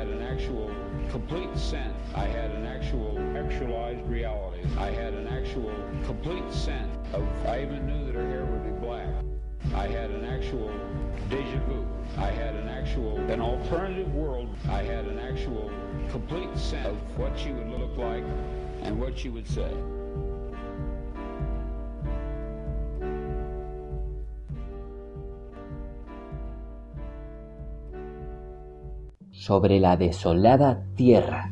an actual complete sense. I had an actual actualized reality. I had an actual complete sense of, I even knew that her hair would be black. I had an actual deja vu. I had an alternative world. I had an actual complete sense of what she would look like and what she would say. Sobre la desolada tierra.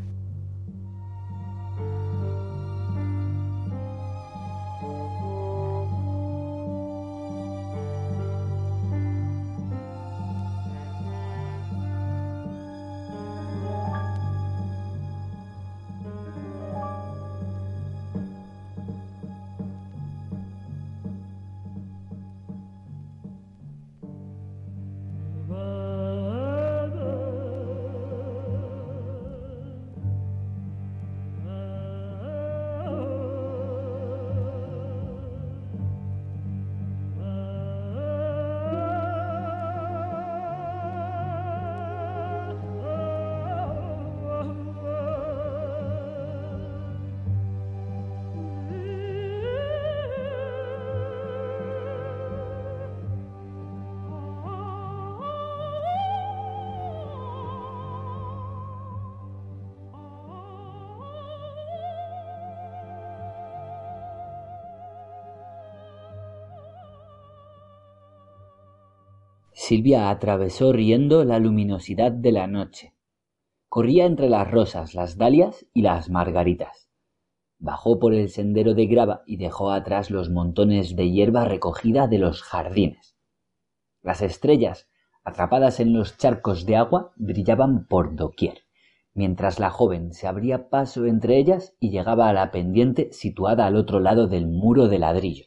Silvia atravesó riendo la luminosidad de la noche. Corría entre las rosas, las dalias y las margaritas. Bajó por el sendero de grava y dejó atrás los montones de hierba recogida de los jardines. Las estrellas, atrapadas en los charcos de agua, brillaban por doquier, mientras la joven se abría paso entre ellas y llegaba a la pendiente situada al otro lado del muro de ladrillo.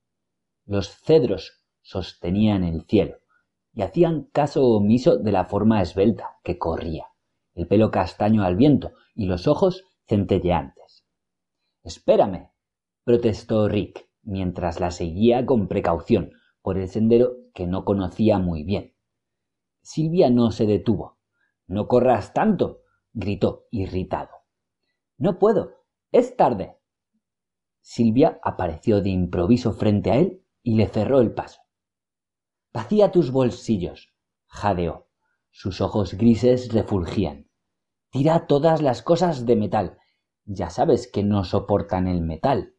Los cedros sostenían el cielo y hacían caso omiso de la forma esbelta que corría, el pelo castaño al viento y los ojos centelleantes. «Espérame», protestó Rick, mientras la seguía con precaución por el sendero que no conocía muy bien. Silvia no se detuvo. «¡No corras tanto!», gritó irritado. «No puedo, es tarde». Silvia apareció de improviso frente a él y le cerró el paso. «Vacía tus bolsillos», jadeó. Sus ojos grises refulgían. «Tira todas las cosas de metal. Ya sabes que no soportan el metal».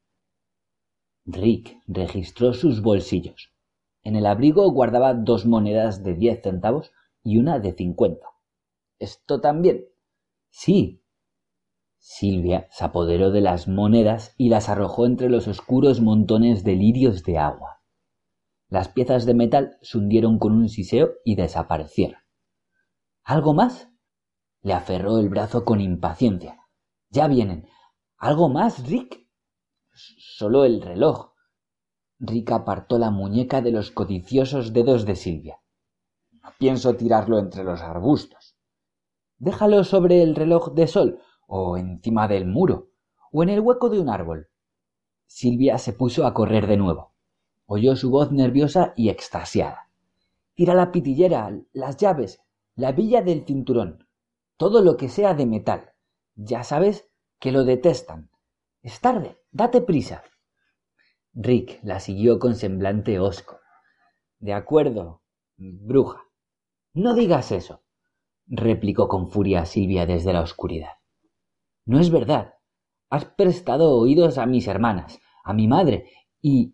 Rick registró sus bolsillos. En el abrigo guardaba 2 monedas de 10 centavos y una de 50. «¿Esto también?» «Sí». Silvia se apoderó de las monedas y las arrojó entre los oscuros montones de lirios de agua. Las piezas de metal se hundieron con un siseo y desaparecieron. «¿Algo más?». Le aferró el brazo con impaciencia. «Ya vienen. ¿Algo más, Rick?» «Solo el reloj». Rick apartó la muñeca de los codiciosos dedos de Silvia. «No pienso tirarlo entre los arbustos». «Déjalo sobre el reloj de sol, o encima del muro, o en el hueco de un árbol». Silvia se puso a correr de nuevo. Oyó su voz nerviosa y extasiada. «Tira la pitillera, las llaves, la hebilla del cinturón, todo lo que sea de metal. Ya sabes que lo detestan. Es tarde, date prisa». Rick la siguió con semblante hosco. «De acuerdo, bruja». «No digas eso», replicó con furia Silvia desde la oscuridad. «No es verdad. Has prestado oídos a mis hermanas, a mi madre, y...».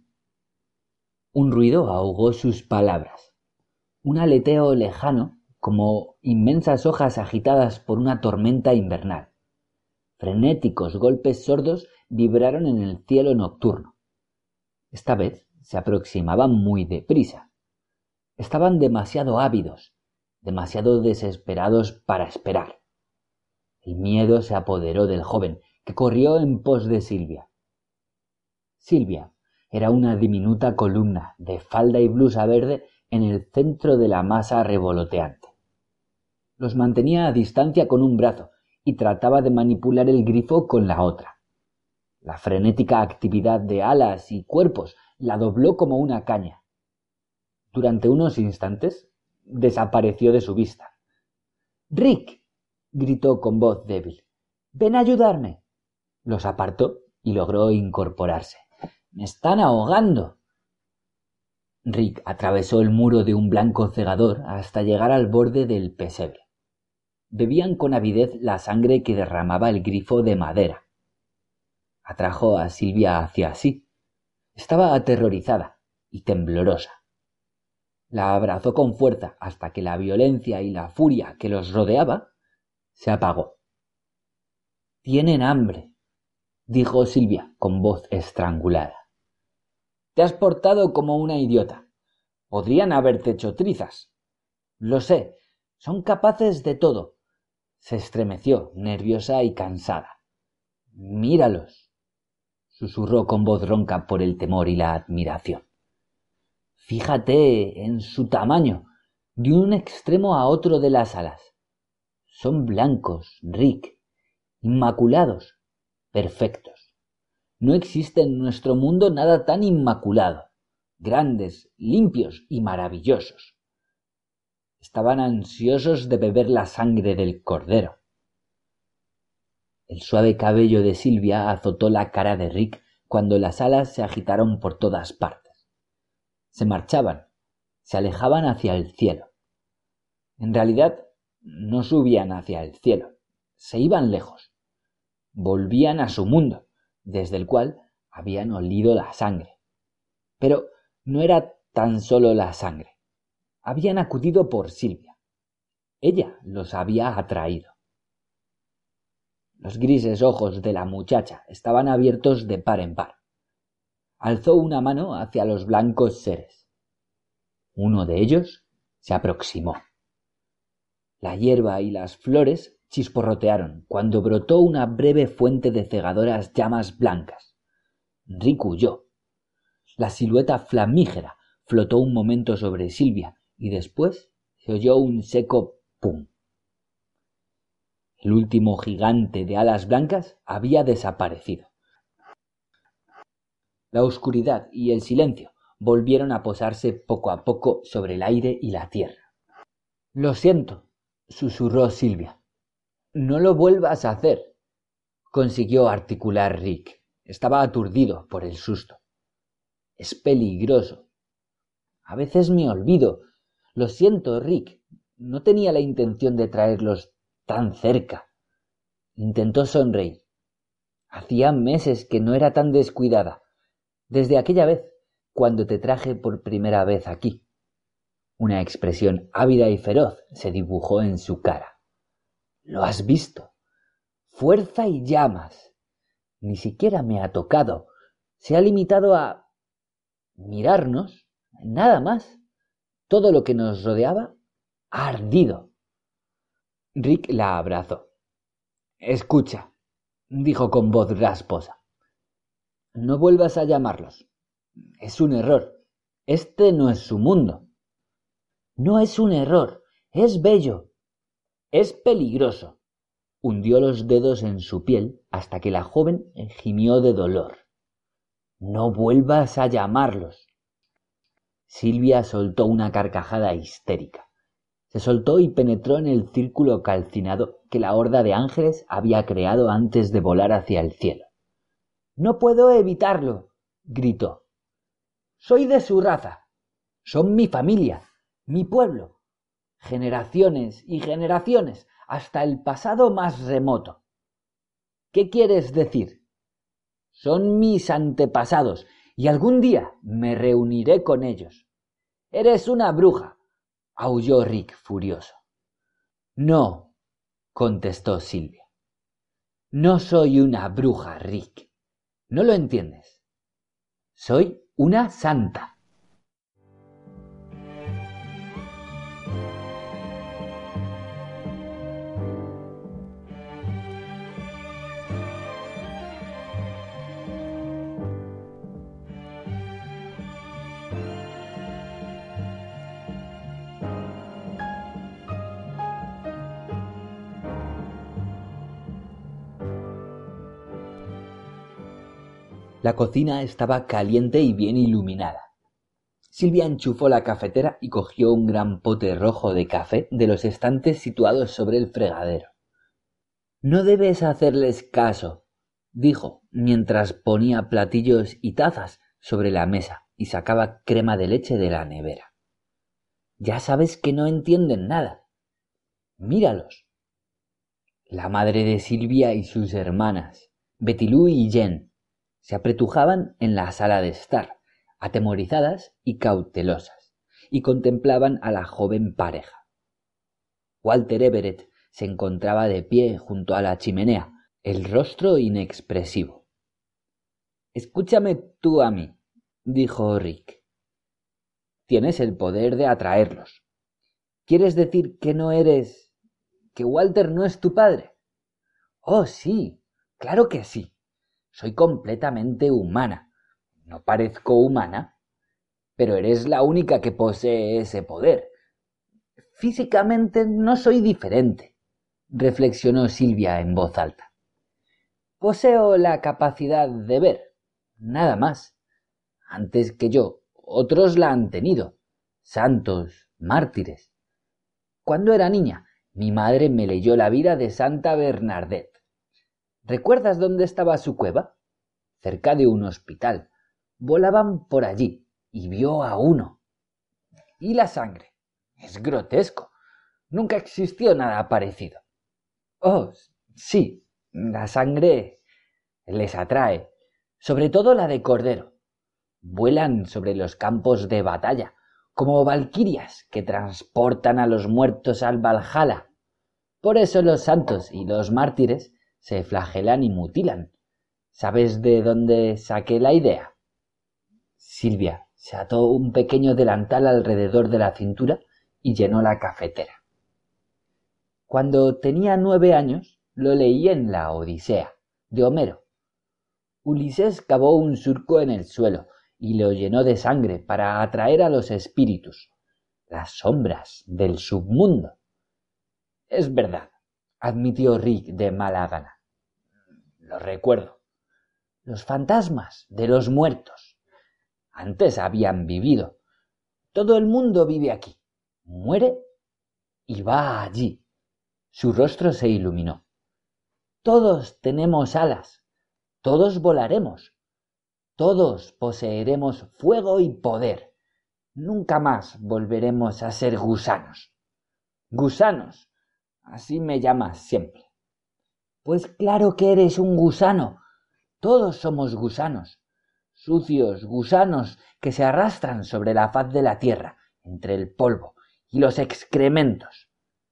Un ruido ahogó sus palabras. Un aleteo lejano, como inmensas hojas agitadas por una tormenta invernal. Frenéticos golpes sordos vibraron en el cielo nocturno. Esta vez se aproximaban muy deprisa. Estaban demasiado ávidos, demasiado desesperados para esperar. El miedo se apoderó del joven, que corrió en pos de Silvia. Silvia era una diminuta columna de falda y blusa verde en el centro de la masa revoloteante. Los mantenía a distancia con un brazo y trataba de manipular el grifo con la otra. La frenética actividad de alas y cuerpos la dobló como una caña. Durante unos instantes desapareció de su vista. «¡Rick!». gritó con voz débil. —¡Ven a ayudarme! Los apartó y logró incorporarse. —¡Me están ahogando! Rick atravesó el muro de un blanco cegador hasta llegar al borde del pesebre. Bebían con avidez la sangre que derramaba el grifo de madera. Atrajo a Silvia hacia sí. Estaba aterrorizada y temblorosa. La abrazó con fuerza hasta que la violencia y la furia que los rodeaba se apagó. —Tienen hambre —dijo Silvia con voz estrangulada. —Te has portado como una idiota. Podrían haberte hecho trizas. Lo sé, son capaces de todo. Se estremeció, nerviosa y cansada. —Míralos —susurró con voz ronca por el temor y la admiración. Fíjate en su tamaño, de un extremo a otro de las alas. Son blancos, Rick, inmaculados, perfectos. No existe en nuestro mundo nada tan inmaculado, grandes, limpios y maravillosos. Estaban ansiosos de beber la sangre del cordero. El suave cabello de Silvia azotó la cara de Rick cuando las alas se agitaron por todas partes. Se marchaban, se alejaban hacia el cielo. En realidad, no subían hacia el cielo, se iban lejos. Volvían a su mundo, desde el cual habían olido la sangre. Pero no era tan solo la sangre. Habían acudido por Silvia. Ella los había atraído. Los grises ojos de la muchacha estaban abiertos de par en par. Alzó una mano hacia los blancos seres. Uno de ellos se aproximó. La hierba y las flores chisporrotearon cuando brotó una breve fuente de cegadoras llamas blancas. Rick huyó. La silueta flamígera flotó un momento sobre Silvia y después se oyó un seco pum. El último gigante de alas blancas había desaparecido. La oscuridad y el silencio volvieron a posarse poco a poco sobre el aire y la tierra. —Lo siento —susurró Silvia—. No lo vuelvas a hacer —consiguió articular Rick. Estaba aturdido por el susto. Es peligroso. A veces me olvido. Lo siento, Rick. No tenía la intención de traerlos tan cerca. Intentó sonreír. Hacía meses que no era tan descuidada. Desde aquella vez, cuando te traje por primera vez aquí. Una expresión ávida y feroz se dibujó en su cara. ¿Lo has visto? Fuerza y llamas. Ni siquiera me ha tocado. Se ha limitado a mirarnos, nada más. Todo lo que nos rodeaba ha ardido. Rick la abrazó. Escucha, dijo con voz rasposa. No vuelvas a llamarlos. Es un error. Este no es su mundo. No es un error. Es bello. Es peligroso. Hundió los dedos en su piel hasta que la joven gimió de dolor. No vuelvas a llamarlos. Silvia soltó una carcajada histérica. Se soltó y penetró en el círculo calcinado que la horda de ángeles había creado antes de volar hacia el cielo. —No puedo evitarlo —gritó—. Soy de su raza. Son mi familia, mi pueblo. Generaciones y generaciones, hasta el pasado más remoto. ¿Qué quieres decir? Son mis antepasados y algún día me reuniré con ellos. Eres una bruja, aulló Rick furioso. No, contestó Silvia. No soy una bruja, Rick. ¿No lo entiendes? Soy una santa. La cocina estaba caliente y bien iluminada. Silvia enchufó la cafetera y cogió un gran pote rojo de café de los estantes situados sobre el fregadero. No debes hacerles caso, dijo, mientras ponía platillos y tazas sobre la mesa y sacaba crema de leche de la nevera. Ya sabes que no entienden nada. Míralos. La madre de Silvia y sus hermanas, Betilú y Jen, se apretujaban en la sala de estar, atemorizadas y cautelosas, y contemplaban a la joven pareja. Walter Everett se encontraba de pie junto a la chimenea, el rostro inexpresivo. «Escúchame tú a mí», dijo Rick. «Tienes el poder de atraerlos. ¿Quieres decir que no eres... que Walter no es tu padre?» «Oh, sí, claro que sí. Soy completamente humana. No parezco humana, pero eres la única que posee ese poder. Físicamente no soy diferente», reflexionó Silvia en voz alta. «Poseo la capacidad de ver, nada más. Antes que yo, otros la han tenido, santos, mártires. Cuando era niña, mi madre me leyó la vida de Santa Bernadette. ¿Recuerdas dónde estaba su cueva? Cerca de un hospital. Volaban por allí y vio a uno. Y la sangre. Es grotesco. Nunca existió nada parecido. Oh, sí, la sangre les atrae, sobre todo la de cordero. Vuelan sobre los campos de batalla, como valquirias que transportan a los muertos al Valhalla. Por eso los santos y los mártires se flagelan y mutilan. ¿Sabes de dónde saqué la idea? Silvia se ató un pequeño delantal alrededor de la cintura y llenó la cafetera. Cuando tenía 9 años, lo leí en la Odisea, de Homero. Ulises cavó un surco en el suelo y lo llenó de sangre para atraer a los espíritus, las sombras del submundo. Es verdad, admitió Rick de mala gana. Lo recuerdo. Los fantasmas de los muertos. Antes habían vivido. Todo el mundo vive aquí. Muere y va allí. Su rostro se iluminó. Todos tenemos alas. Todos volaremos. Todos poseeremos fuego y poder. Nunca más volveremos a ser gusanos. Gusanos, así me llamas siempre. Pues claro que eres un gusano. Todos somos gusanos. Sucios gusanos que se arrastran sobre la faz de la tierra, entre el polvo y los excrementos.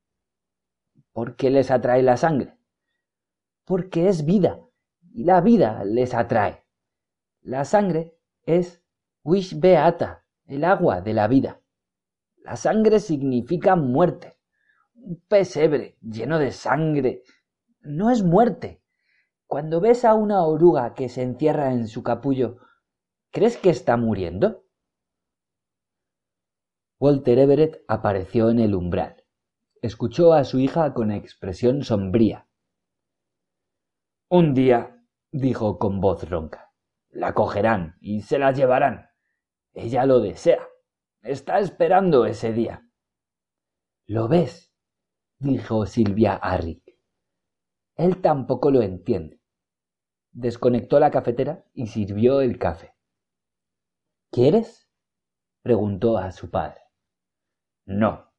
¿Por qué les atrae la sangre? Porque es vida, y la vida les atrae. La sangre es Wish Beata, el agua de la vida. La sangre significa muerte. Un pesebre lleno de sangre no es muerte. Cuando ves a una oruga que se encierra en su capullo, ¿crees que está muriendo? Walter Everett apareció en el umbral. Escuchó a su hija con expresión sombría. Un día, dijo con voz ronca, la cogerán y se la llevarán. Ella lo desea. Está esperando ese día. ¿Lo ves?, dijo Silvia a Rick. Él tampoco lo entiende. Desconectó la cafetera y sirvió el café. ¿Quieres?, preguntó a su padre. No.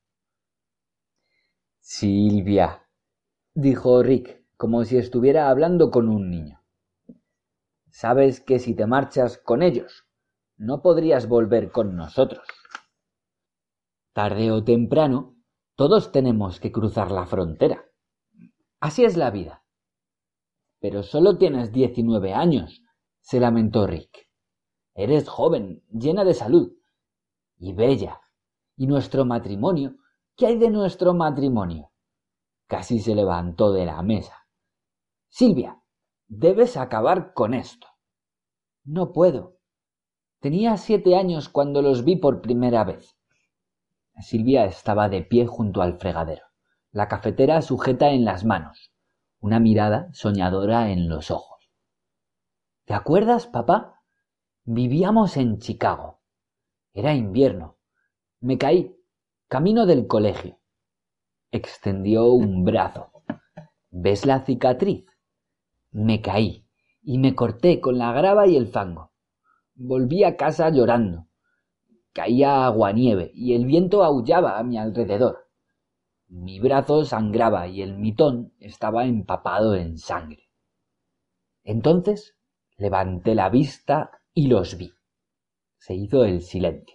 Silvia, dijo Rick, como si estuviera hablando con un niño. Sabes que si te marchas con ellos, no podrías volver con nosotros. Tarde o temprano, todos tenemos que cruzar la frontera. Así es la vida. Pero solo tienes 19 años, se lamentó Rick. Eres joven, llena de salud y bella. ¿Y nuestro matrimonio? ¿Qué hay de nuestro matrimonio? Casi se levantó de la mesa. Silvia, debes acabar con esto. No puedo. Tenía 7 años cuando los vi por primera vez. Silvia estaba de pie junto al fregadero, la cafetera sujeta en las manos, una mirada soñadora en los ojos. ¿Te acuerdas, papá? Vivíamos en Chicago. Era invierno. Me caí, camino del colegio. Extendió un brazo. ¿Ves la cicatriz? Me caí y me corté con la grava y el fango. Volví a casa llorando. Caía aguanieve y el viento aullaba a mi alrededor. Mi brazo sangraba y el mitón estaba empapado en sangre. Entonces levanté la vista y los vi. Se hizo el silencio.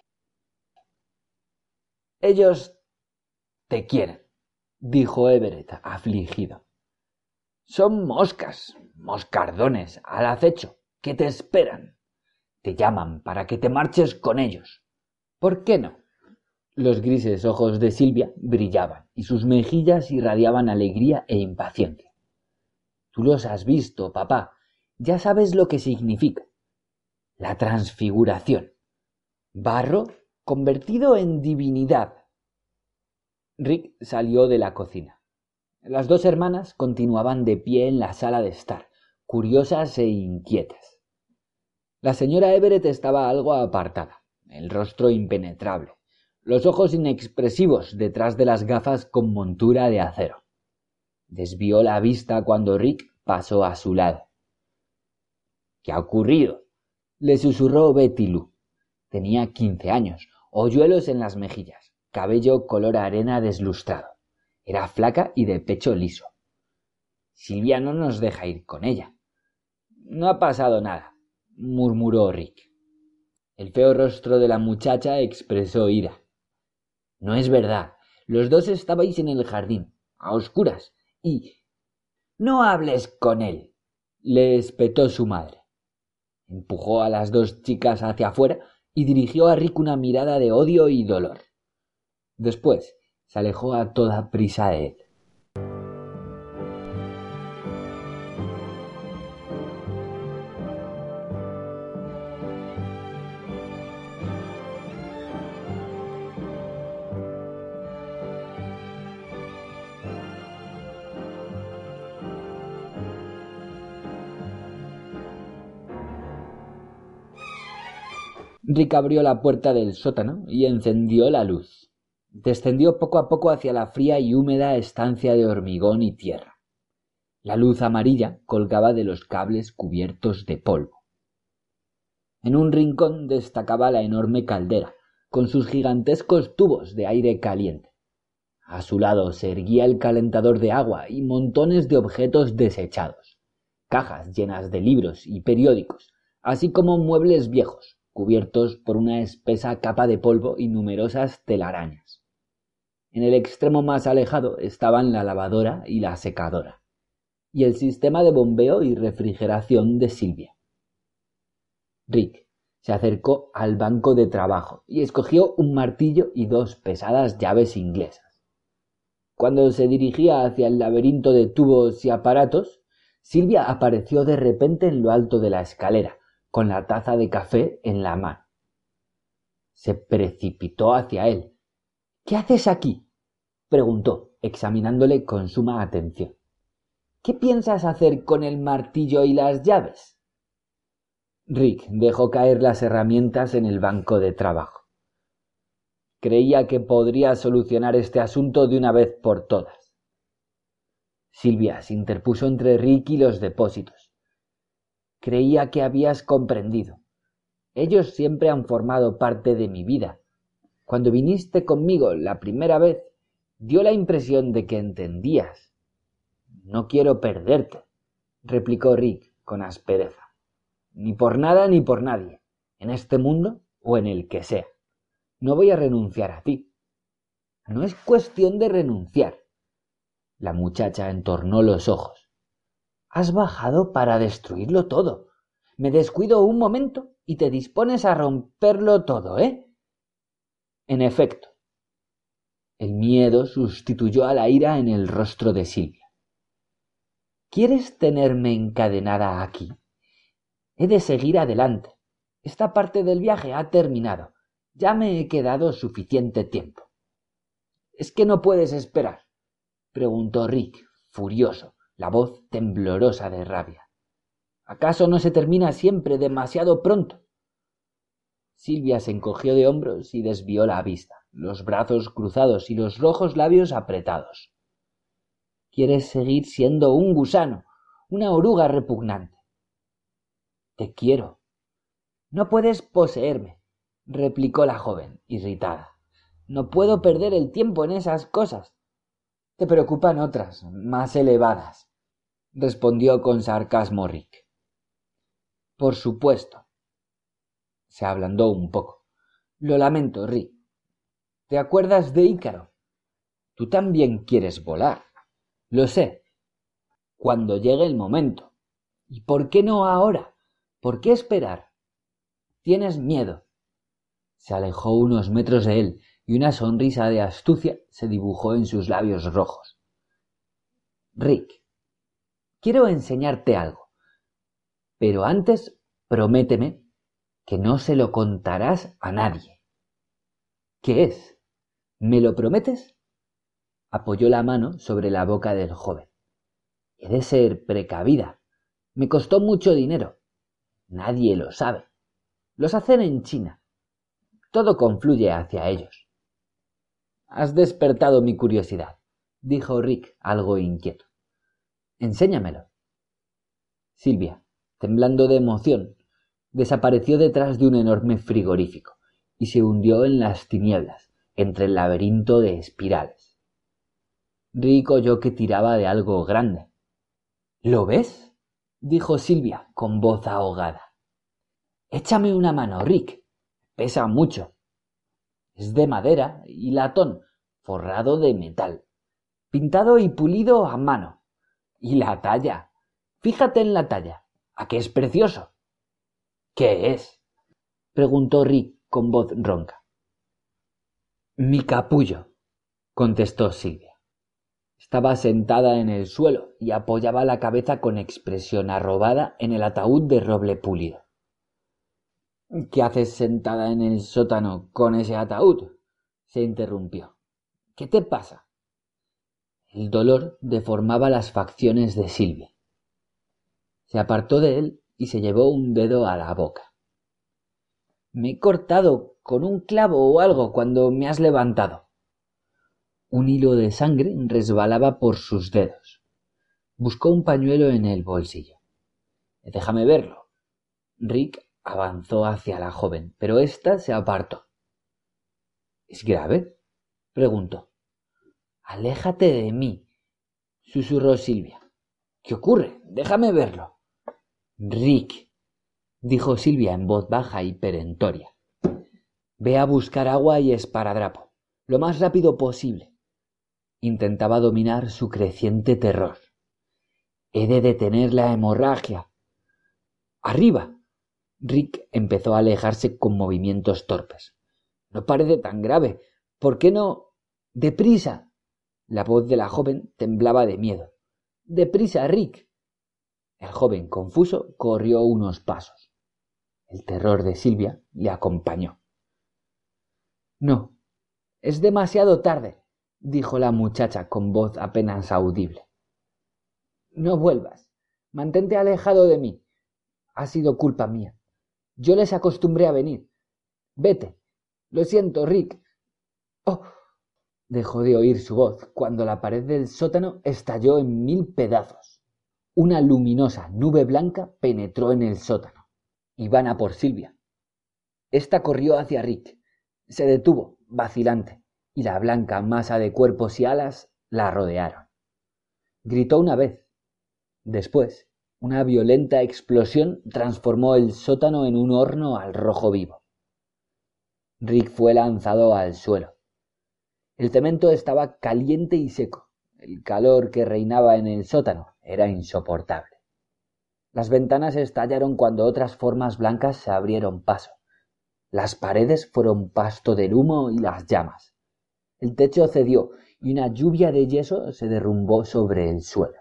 Ellos te quieren, dijo Everett afligido. Son moscas, moscardones, al acecho, que te esperan. Te llaman para que te marches con ellos. ¿Por qué no? Los grises ojos de Silvia brillaban y sus mejillas irradiaban alegría e impaciencia. Tú los has visto, papá. Ya sabes lo que significa. La transfiguración. Barro convertido en divinidad. Rick salió de la cocina. Las dos hermanas continuaban de pie en la sala de estar, curiosas e inquietas. La señora Everett estaba algo apartada, el rostro impenetrable, los ojos inexpresivos detrás de las gafas con montura de acero. Desvió la vista cuando Rick pasó a su lado. ¿Qué ha ocurrido? Le susurró Betty Lou. Tenía 15 años, hoyuelos en las mejillas, cabello color arena deslustrado. Era flaca y de pecho liso. Silvia no nos deja ir con ella. No ha pasado nada, murmuró Rick. El feo rostro de la muchacha expresó ira. No es verdad. Los dos estabais en el jardín, a oscuras, y... No hables con él, le espetó su madre. Empujó a las dos chicas hacia afuera y dirigió a Rick una mirada de odio y dolor. Después se alejó a toda prisa de él. Rick abrió la puerta del sótano y encendió la luz. Descendió poco a poco hacia la fría y húmeda estancia de hormigón y tierra. La luz amarilla colgaba de los cables cubiertos de polvo. En un rincón destacaba la enorme caldera, con sus gigantescos tubos de aire caliente. A su lado se erguía el calentador de agua y montones de objetos desechados, cajas llenas de libros y periódicos, así como muebles viejos, cubiertos por una espesa capa de polvo y numerosas telarañas. En el extremo más alejado estaban la lavadora y la secadora, y el sistema de bombeo y refrigeración de Silvia. Rick se acercó al banco de trabajo y escogió un martillo y dos pesadas llaves inglesas. Cuando se dirigía hacia el laberinto de tubos y aparatos, Silvia apareció de repente en lo alto de la escalera, con la taza de café en la mano. Se precipitó hacia él. ¿Qué haces aquí?, preguntó, examinándole con suma atención. ¿Qué piensas hacer con el martillo y las llaves? Rick dejó caer las herramientas en el banco de trabajo. Creía que podría solucionar este asunto de una vez por todas. Silvia se interpuso entre Rick y los depósitos. Creía que habías comprendido. Ellos siempre han formado parte de mi vida. Cuando viniste conmigo la primera vez, dio la impresión de que entendías. No quiero perderte, replicó Rick con aspereza. Ni por nada ni por nadie, en este mundo o en el que sea. No voy a renunciar a ti. No es cuestión de renunciar. La muchacha entornó los ojos. Has bajado para destruirlo todo. Me descuido un momento y te dispones a romperlo todo, ¿eh? En efecto. El miedo sustituyó a la ira en el rostro de Silvia. ¿Quieres tenerme encadenada aquí? He de seguir adelante. Esta parte del viaje ha terminado. Ya me he quedado suficiente tiempo. ¿Es que no puedes esperar?, preguntó Rick, furioso, la voz temblorosa de rabia. ¿Acaso no se termina siempre demasiado pronto? Silvia se encogió de hombros y desvió la vista, los brazos cruzados y los rojos labios apretados. Quieres seguir siendo un gusano, una oruga repugnante. Te quiero. No puedes poseerme, replicó la joven, irritada. No puedo perder el tiempo en esas cosas. Te preocupan otras, más elevadas, respondió con sarcasmo Rick. Por supuesto. Se ablandó un poco. Lo lamento, Rick. ¿Te acuerdas de Ícaro? Tú también quieres volar. Lo sé. Cuando llegue el momento. ¿Y por qué no ahora? ¿Por qué esperar? Tienes miedo. Se alejó unos metros de él y una sonrisa de astucia se dibujó en sus labios rojos. Rick, quiero enseñarte algo, pero antes prométeme que no se lo contarás a nadie. ¿Qué es? ¿Me lo prometes? Apoyó la mano sobre la boca del joven. He de ser precavida. Me costó mucho dinero. Nadie lo sabe. Los hacen en China. Todo confluye hacia ellos. Has despertado mi curiosidad, dijo Rick, algo inquieto. Enséñamelo. Silvia, temblando de emoción, desapareció detrás de un enorme frigorífico y se hundió en las tinieblas, entre el laberinto de espirales. Rick oyó que tiraba de algo grande. ¿Lo ves? Dijo Silvia con voz ahogada. Échame una mano, Rick. Pesa mucho. Es de madera y latón, forrado de metal, pintado y pulido a mano. Y la talla. Fíjate en la talla. ¿A qué es precioso? ¿Qué es? Preguntó Rick con voz ronca. Mi capullo, contestó Silvia. Estaba sentada en el suelo y apoyaba la cabeza con expresión arrobada en el ataúd de roble pulido. ¿Qué haces sentada en el sótano con ese ataúd? Se interrumpió. ¿Qué te pasa? El dolor deformaba las facciones de Silvia. Se apartó de él y se llevó un dedo a la boca. Me he cortado con un clavo o algo cuando me has levantado. Un hilo de sangre resbalaba por sus dedos. Buscó un pañuelo en el bolsillo. Déjame verlo. Rick avanzó hacia la joven, pero ésta se apartó. ¿Es grave? Preguntó. Aléjate de mí, susurró Silvia. ¿Qué ocurre? Déjame verlo. Rick, dijo Silvia en voz baja y perentoria. Ve a buscar agua y esparadrapo, lo más rápido posible. Intentaba dominar su creciente terror. He de detener la hemorragia. ¡Arriba! Rick empezó a alejarse con movimientos torpes. No parece tan grave. ¿Por qué no? ¡Deprisa! La voz de la joven temblaba de miedo. ¡Deprisa, Rick! El joven, confuso, corrió unos pasos. El terror de Silvia le acompañó. No, es demasiado tarde, dijo la muchacha con voz apenas audible. No vuelvas. Mantente alejado de mí. Ha sido culpa mía. Yo les acostumbré a venir. Vete. Lo siento, Rick. Oh. Dejó de oír su voz cuando la pared del sótano estalló en 1000 pedazos. Una luminosa nube blanca penetró en el sótano. Iban a por Silvia. Esta corrió hacia Rick. Se detuvo, vacilante, y la blanca masa de cuerpos y alas la rodearon. Gritó una vez. Después, una violenta explosión transformó el sótano en un horno al rojo vivo. Rick fue lanzado al suelo. El cemento estaba caliente y seco. El calor que reinaba en el sótano era insoportable. Las ventanas estallaron cuando otras formas blancas se abrieron paso. Las paredes fueron pasto del humo y las llamas. El techo cedió y una lluvia de yeso se derrumbó sobre el suelo.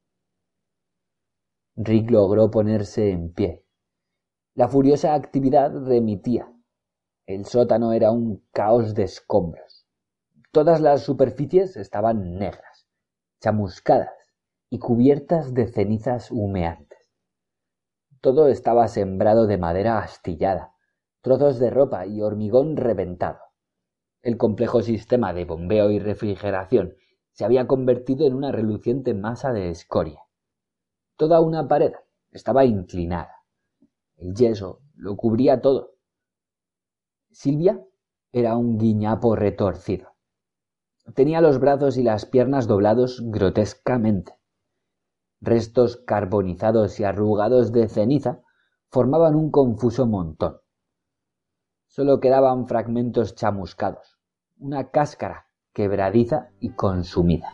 Rick logró ponerse en pie. La furiosa actividad remitía. El sótano era un caos de escombros. Todas las superficies estaban negras, chamuscadas y cubiertas de cenizas humeantes. Todo estaba sembrado de madera astillada, trozos de ropa y hormigón reventado. El complejo sistema de bombeo y refrigeración se había convertido en una reluciente masa de escoria. Toda una pared estaba inclinada. El yeso lo cubría todo. Silvia era un guiñapo retorcido. Tenía los brazos y las piernas doblados grotescamente. Restos carbonizados y arrugados de ceniza formaban un confuso montón. Solo quedaban fragmentos chamuscados, una cáscara quebradiza y consumida.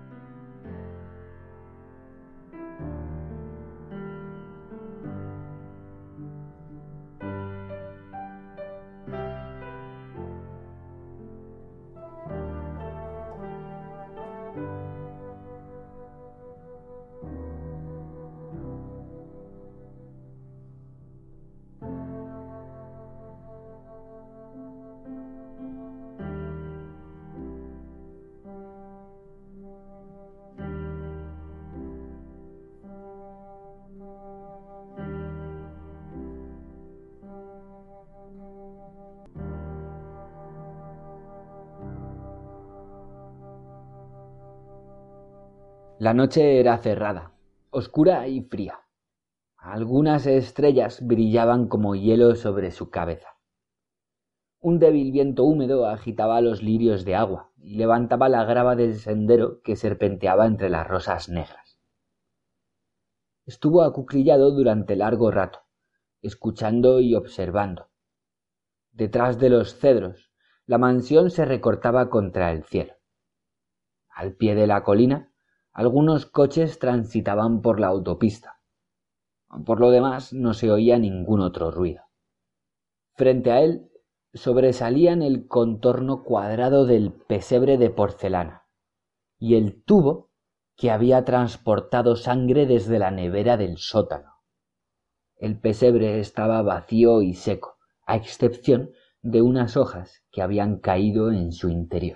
La noche era cerrada, oscura y fría. Algunas estrellas brillaban como hielo sobre su cabeza. Un débil viento húmedo agitaba los lirios de agua y levantaba la grava del sendero que serpenteaba entre las rosas negras. Estuvo acuclillado durante largo rato, escuchando y observando. Detrás de los cedros, la mansión se recortaba contra el cielo. Al pie de la colina, algunos coches transitaban por la autopista. Por lo demás, no se oía ningún otro ruido. Frente a él sobresalían el contorno cuadrado del pesebre de porcelana y el tubo que había transportado sangre desde la nevera del sótano. El pesebre estaba vacío y seco, a excepción de unas hojas que habían caído en su interior.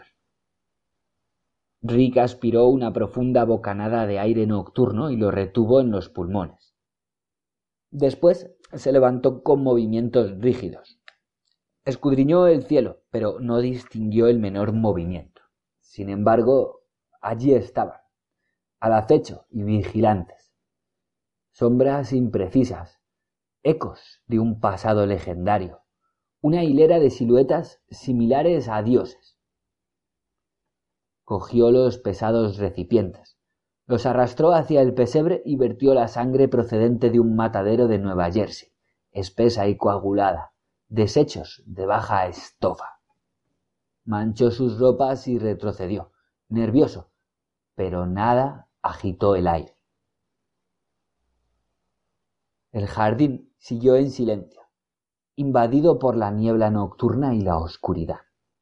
Rick aspiró una profunda bocanada de aire nocturno y lo retuvo en los pulmones. Después se levantó con movimientos rígidos. Escudriñó el cielo, pero no distinguió el menor movimiento. Sin embargo, allí estaban, al acecho y vigilantes. Sombras imprecisas, ecos de un pasado legendario, una hilera de siluetas similares a dioses. Cogió los pesados recipientes, los arrastró hacia el pesebre y vertió la sangre procedente de un matadero de Nueva Jersey, espesa y coagulada, desechos de baja estofa. Manchó sus ropas y retrocedió, nervioso, pero nada agitó el aire. El jardín siguió en silencio, invadido por la niebla nocturna y la oscuridad.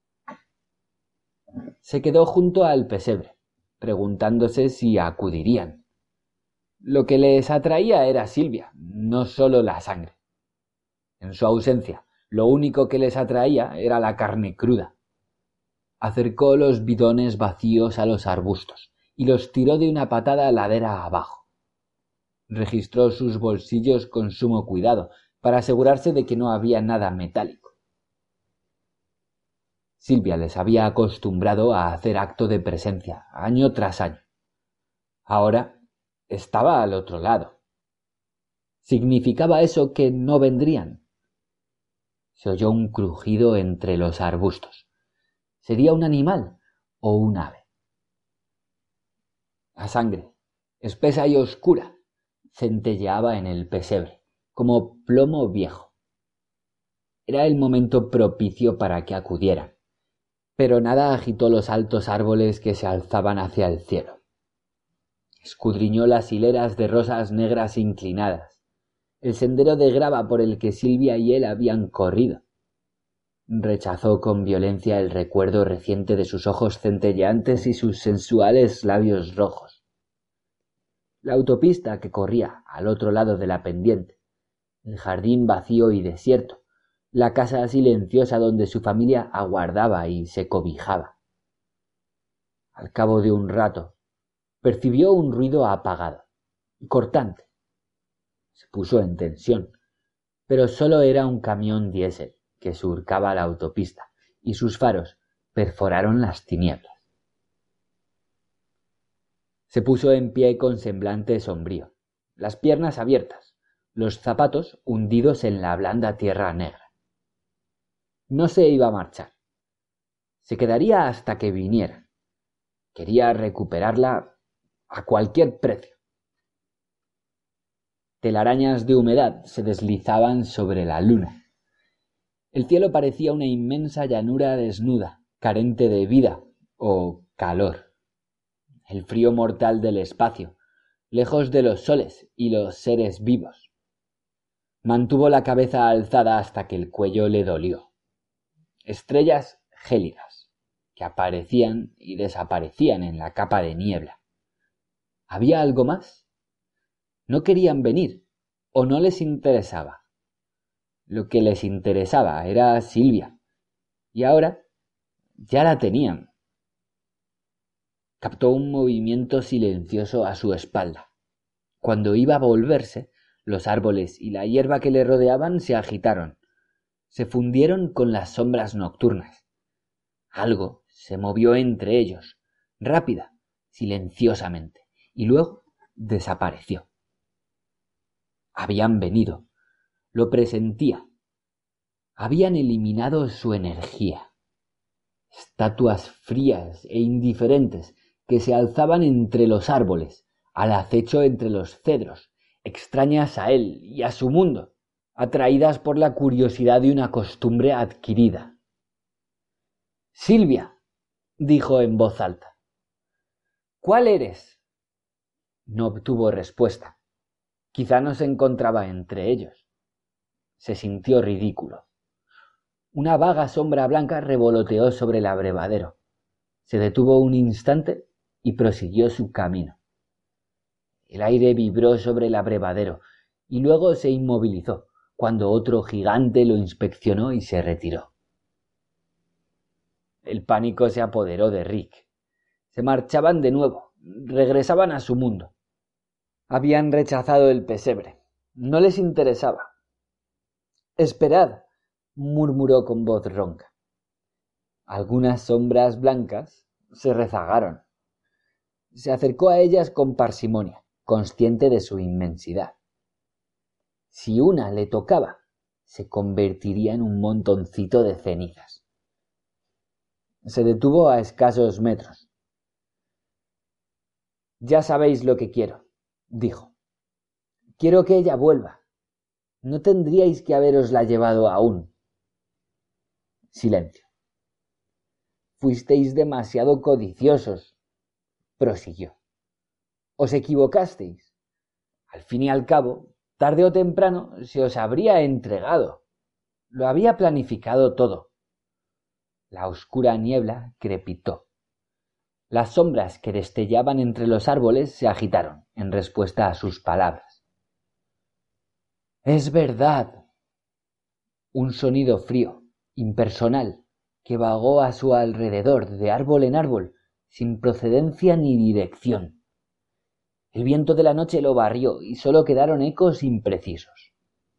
Se quedó junto al pesebre, preguntándose si acudirían. Lo que les atraía era Silvia, no solo la sangre. En su ausencia, lo único que les atraía era la carne cruda. Acercó los bidones vacíos a los arbustos y los tiró de una patada ladera abajo. Registró sus bolsillos con sumo cuidado para asegurarse de que no había nada metálico. Silvia les había acostumbrado a hacer acto de presencia, año tras año. Ahora estaba al otro lado. ¿Significaba eso que no vendrían? Se oyó un crujido entre los arbustos. ¿Sería un animal o un ave? La sangre, espesa y oscura, centelleaba en el pesebre, como plomo viejo. Era el momento propicio para que acudieran. Pero nada agitó los altos árboles que se alzaban hacia el cielo. Escudriñó las hileras de rosas negras inclinadas, el sendero de grava por el que Silvia y él habían corrido. Rechazó con violencia el recuerdo reciente de sus ojos centelleantes y sus sensuales labios rojos. La autopista que corría al otro lado de la pendiente, el jardín vacío y desierto, la casa silenciosa donde su familia aguardaba y se cobijaba. Al cabo de un rato, percibió un ruido apagado, cortante. Se puso en tensión, pero solo era un camión diésel que surcaba la autopista y sus faros perforaron las tinieblas. Se puso en pie con semblante sombrío, las piernas abiertas, los zapatos hundidos en la blanda tierra negra. No se iba a marchar. Se quedaría hasta que viniera. Quería recuperarla a cualquier precio. Telarañas de humedad se deslizaban sobre la luna. El cielo parecía una inmensa llanura desnuda, carente de vida o calor. El frío mortal del espacio, lejos de los soles y los seres vivos. Mantuvo la cabeza alzada hasta que el cuello le dolió. Estrellas gélidas, que aparecían y desaparecían en la capa de niebla. ¿Había algo más? No querían venir, o no les interesaba. Lo que les interesaba era Silvia, y ahora ya la tenían. Captó un movimiento silencioso a su espalda. Cuando iba a volverse, los árboles y la hierba que le rodeaban se agitaron, se fundieron con las sombras nocturnas. Algo se movió entre ellos, rápida, silenciosamente, y luego desapareció. Habían venido, lo presentía. Habían eliminado su energía. Estatuas frías e indiferentes que se alzaban entre los árboles, al acecho entre los cedros, extrañas a él y a su mundo, atraídas por la curiosidad de una costumbre adquirida. «Silvia», dijo en voz alta. «¿Cuál eres?». No obtuvo respuesta. Quizá no se encontraba entre ellos. Se sintió ridículo. Una vaga sombra blanca revoloteó sobre el abrevadero. Se detuvo un instante y prosiguió su camino. El aire vibró sobre el abrevadero y luego se inmovilizó cuando otro gigante lo inspeccionó y se retiró. El pánico se apoderó de Rick. Se marchaban de nuevo, regresaban a su mundo. Habían rechazado el pesebre. No les interesaba. «Esperad», murmuró con voz ronca. Algunas sombras blancas se rezagaron. Se acercó a ellas con parsimonia, consciente de su inmensidad. Si una le tocaba, se convertiría en un montoncito de cenizas. Se detuvo a escasos metros. «Ya sabéis lo que quiero», dijo. «Quiero que ella vuelva. No tendríais que haberosla llevado aún». Silencio. «Fuisteis demasiado codiciosos», prosiguió. «Os equivocasteis. Al fin y al cabo, tarde o temprano se os habría entregado. Lo había planificado todo». La oscura niebla crepitó. Las sombras que destellaban entre los árboles se agitaron en respuesta a sus palabras. «Es verdad». Un sonido frío, impersonal, que vagó a su alrededor de árbol en árbol, sin procedencia ni dirección. El viento de la noche lo barrió y sólo quedaron ecos imprecisos.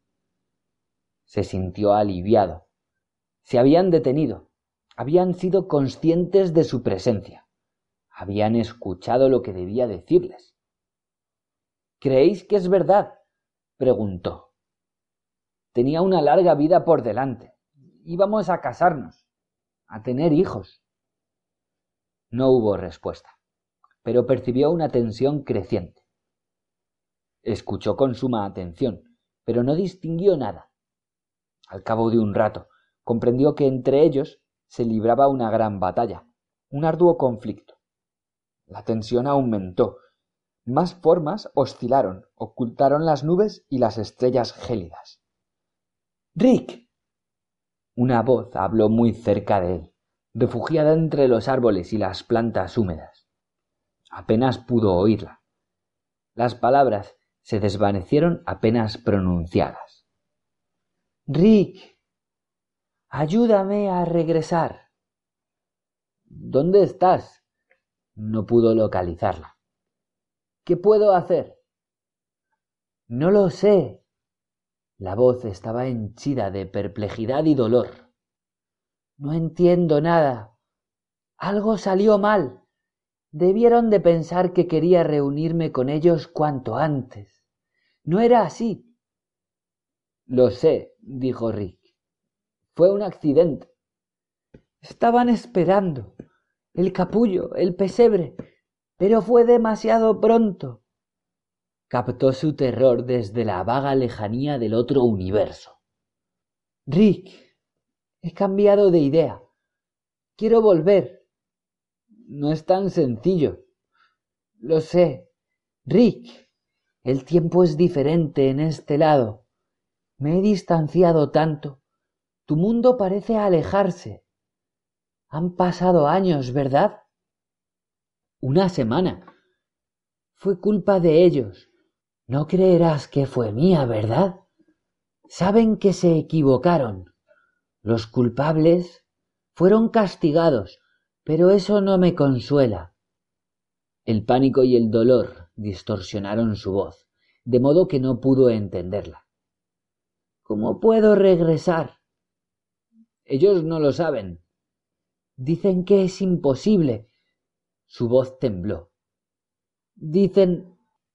Se sintió aliviado. Se habían detenido. Habían sido conscientes de su presencia. Habían escuchado lo que debía decirles. «¿Creéis que es verdad?», preguntó. «Tenía una larga vida por delante. Íbamos a casarnos, a tener hijos». No hubo respuesta, pero percibió una tensión creciente. Escuchó con suma atención, pero no distinguió nada. Al cabo de un rato, comprendió que entre ellos se libraba una gran batalla, un arduo conflicto. La tensión aumentó. Más formas oscilaron, ocultaron las nubes y las estrellas gélidas. «¡Rick!». Una voz habló muy cerca de él, refugiada entre los árboles y las plantas húmedas. Apenas pudo oírla. Las palabras se desvanecieron apenas pronunciadas. «Rick, ayúdame a regresar». «¿Dónde estás?». No pudo localizarla. «¿Qué puedo hacer?». «No lo sé». La voz estaba henchida de perplejidad y dolor. «No entiendo nada. Algo salió mal. Debieron de pensar que quería reunirme con ellos cuanto antes. No era así. Lo sé, dijo Rick. Fue un accidente. Estaban esperando. El capullo, el pesebre. Pero fue demasiado pronto. Captó su terror desde la vaga lejanía del otro universo. Rick, he cambiado de idea. Quiero volver. No es tan sencillo. Lo sé. Rick, el tiempo es diferente en este lado. Me he distanciado tanto. Tu mundo parece alejarse. Han pasado años, ¿verdad? Una semana. Fue culpa de ellos. No creerás que fue mía, ¿verdad? Saben que se equivocaron. Los culpables fueron castigados, pero eso no me consuela. El pánico y el dolor distorsionaron su voz, de modo que no pudo entenderla. ¿Cómo puedo regresar? Ellos no lo saben. Dicen que es imposible. Su voz tembló. Dicen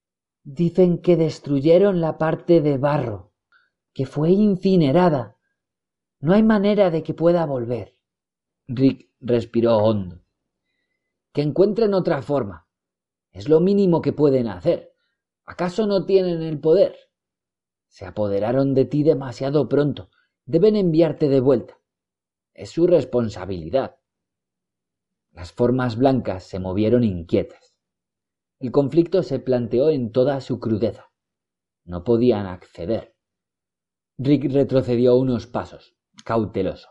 que destruyeron la parte de barro, que fue incinerada. No hay manera de que pueda volver. Rick respiró hondo. Que encuentren otra forma. Es lo mínimo que pueden hacer. ¿Acaso no tienen el poder? Se apoderaron de ti demasiado pronto. Deben enviarte de vuelta. Es su responsabilidad. Las formas blancas se movieron inquietas. El conflicto se planteó en toda su crudeza. No podían acceder. Rick retrocedió unos pasos, cauteloso.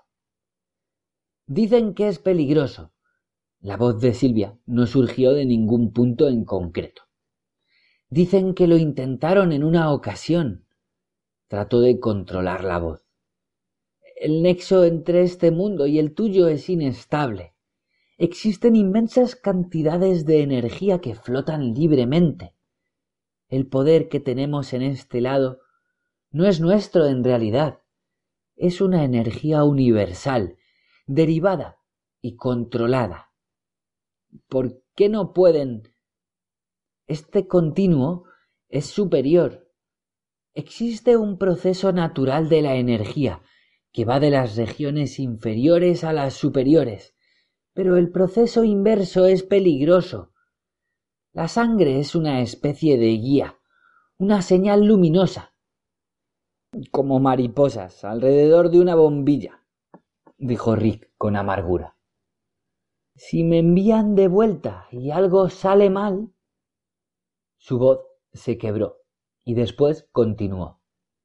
Dicen que es peligroso. La voz de Silvia no surgió de ningún punto en concreto. Dicen que lo intentaron en una ocasión. Trató de controlar la voz. El nexo entre este mundo y el tuyo es inestable. Existen inmensas cantidades de energía que flotan libremente. El poder que tenemos en este lado no es nuestro en realidad. Es una energía universal, derivada y controlada. ¿Por qué no pueden? Este continuo es superior. Existe un proceso natural de la energía que va de las regiones inferiores a las superiores, pero el proceso inverso es peligroso. La sangre es una especie de guía, una señal luminosa, como mariposas alrededor de una bombilla, dijo Rick con amargura. Si me envían de vuelta y algo sale mal... Su voz se quebró y después continuó.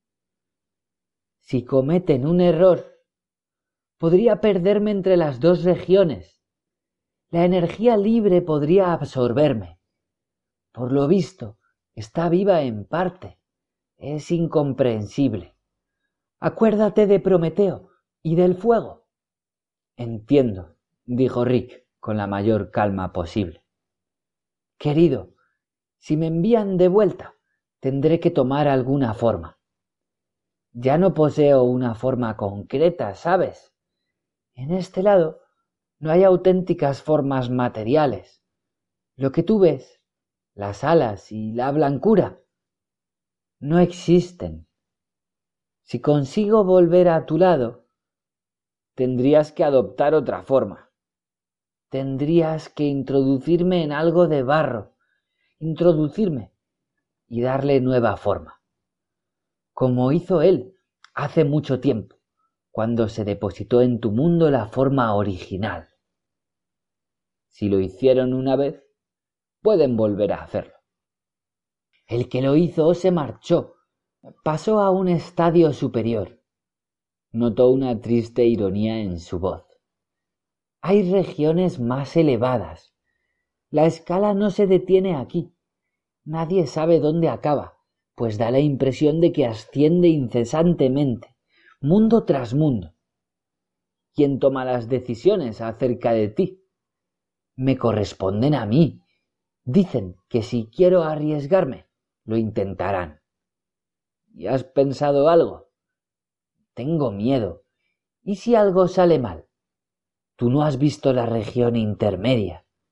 Si cometen un error, podría perderme entre las dos regiones. La energía libre podría absorberme. Por lo visto, está viva en parte. Es incomprensible. Acuérdate de Prometeo y del fuego. Entiendo, dijo Rick con la mayor calma posible. Querido, si me envían de vuelta, tendré que tomar alguna forma. Ya no poseo una forma concreta, ¿sabes? En este lado no hay auténticas formas materiales. Lo que tú ves, las alas y la blancura, no existen. Si consigo volver a tu lado, tendrías que adoptar otra forma. Tendrías que introducirme en algo de barro, introducirme y darle nueva forma, como hizo él hace mucho tiempo, cuando se depositó en tu mundo la forma original. Si lo hicieron una vez, pueden volver a hacerlo. El que lo hizo se marchó, pasó a un estadio superior. Notó una triste ironía en su voz. Hay regiones más elevadas. La escala no se detiene aquí. Nadie sabe dónde acaba, pues da la impresión de que asciende incesantemente, mundo tras mundo. ¿Quién toma las decisiones acerca de ti? Me corresponden a mí. Dicen que si quiero arriesgarme, lo intentarán. ¿Y has pensado algo? Tengo miedo. ¿Y si algo sale mal? Tú no has visto la región intermedia.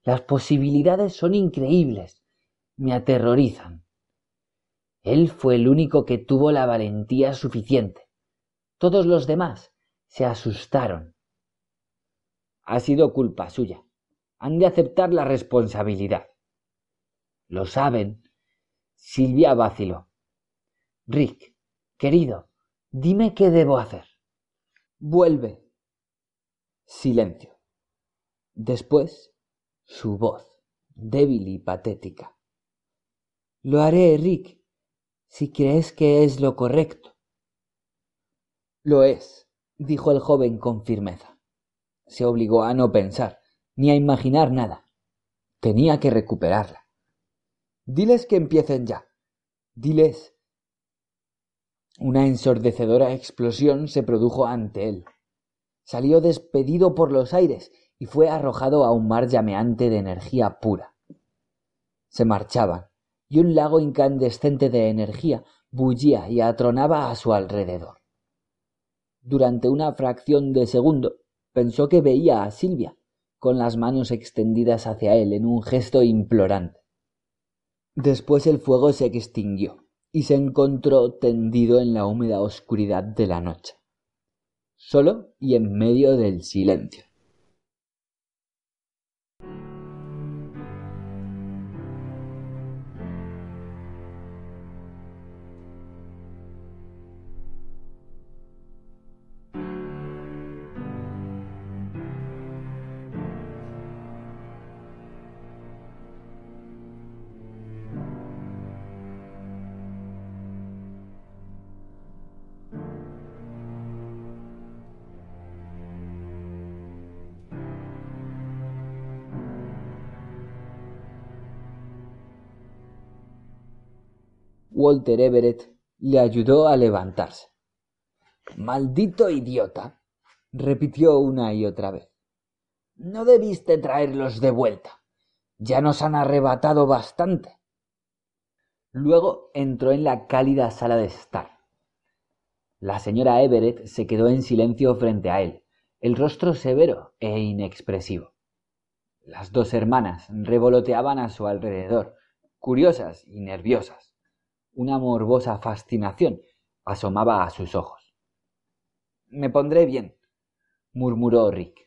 Las posibilidades son increíbles. Me aterrorizan. Él fue el único que tuvo la valentía suficiente. Todos los demás se asustaron. Ha sido culpa suya. Han de aceptar la responsabilidad. Lo saben. Silvia vaciló. Rick, querido, dime qué debo hacer. Vuelve. Silencio. Después, su voz, débil y patética. Lo haré, Rick, si crees que es lo correcto. Lo es, dijo el joven con firmeza. Se obligó a no pensar, ni a imaginar nada. Tenía que recuperarla. Diles que empiecen ya. Diles. Una ensordecedora explosión se produjo ante él. Salió despedido por los aires y fue arrojado a un mar llameante de energía pura. Se marchaban, y un lago incandescente de energía bullía y atronaba a su alrededor. Durante una fracción de segundo pensó que veía a Silvia, con las manos extendidas hacia él en un gesto implorante. Después el fuego se extinguió y se encontró tendido en la húmeda oscuridad de la noche, solo y en medio del silencio. Walter Everett le ayudó a levantarse. «Maldito idiota», repitió una y otra vez. «No debiste traerlos de vuelta. Ya nos han arrebatado bastante». Luego entró en la cálida sala de estar. La señora Everett se quedó en silencio frente a él, el rostro severo e inexpresivo. Las dos hermanas revoloteaban a su alrededor, curiosas y nerviosas. Una morbosa fascinación asomaba a sus ojos. «Me pondré bien», murmuró Rick.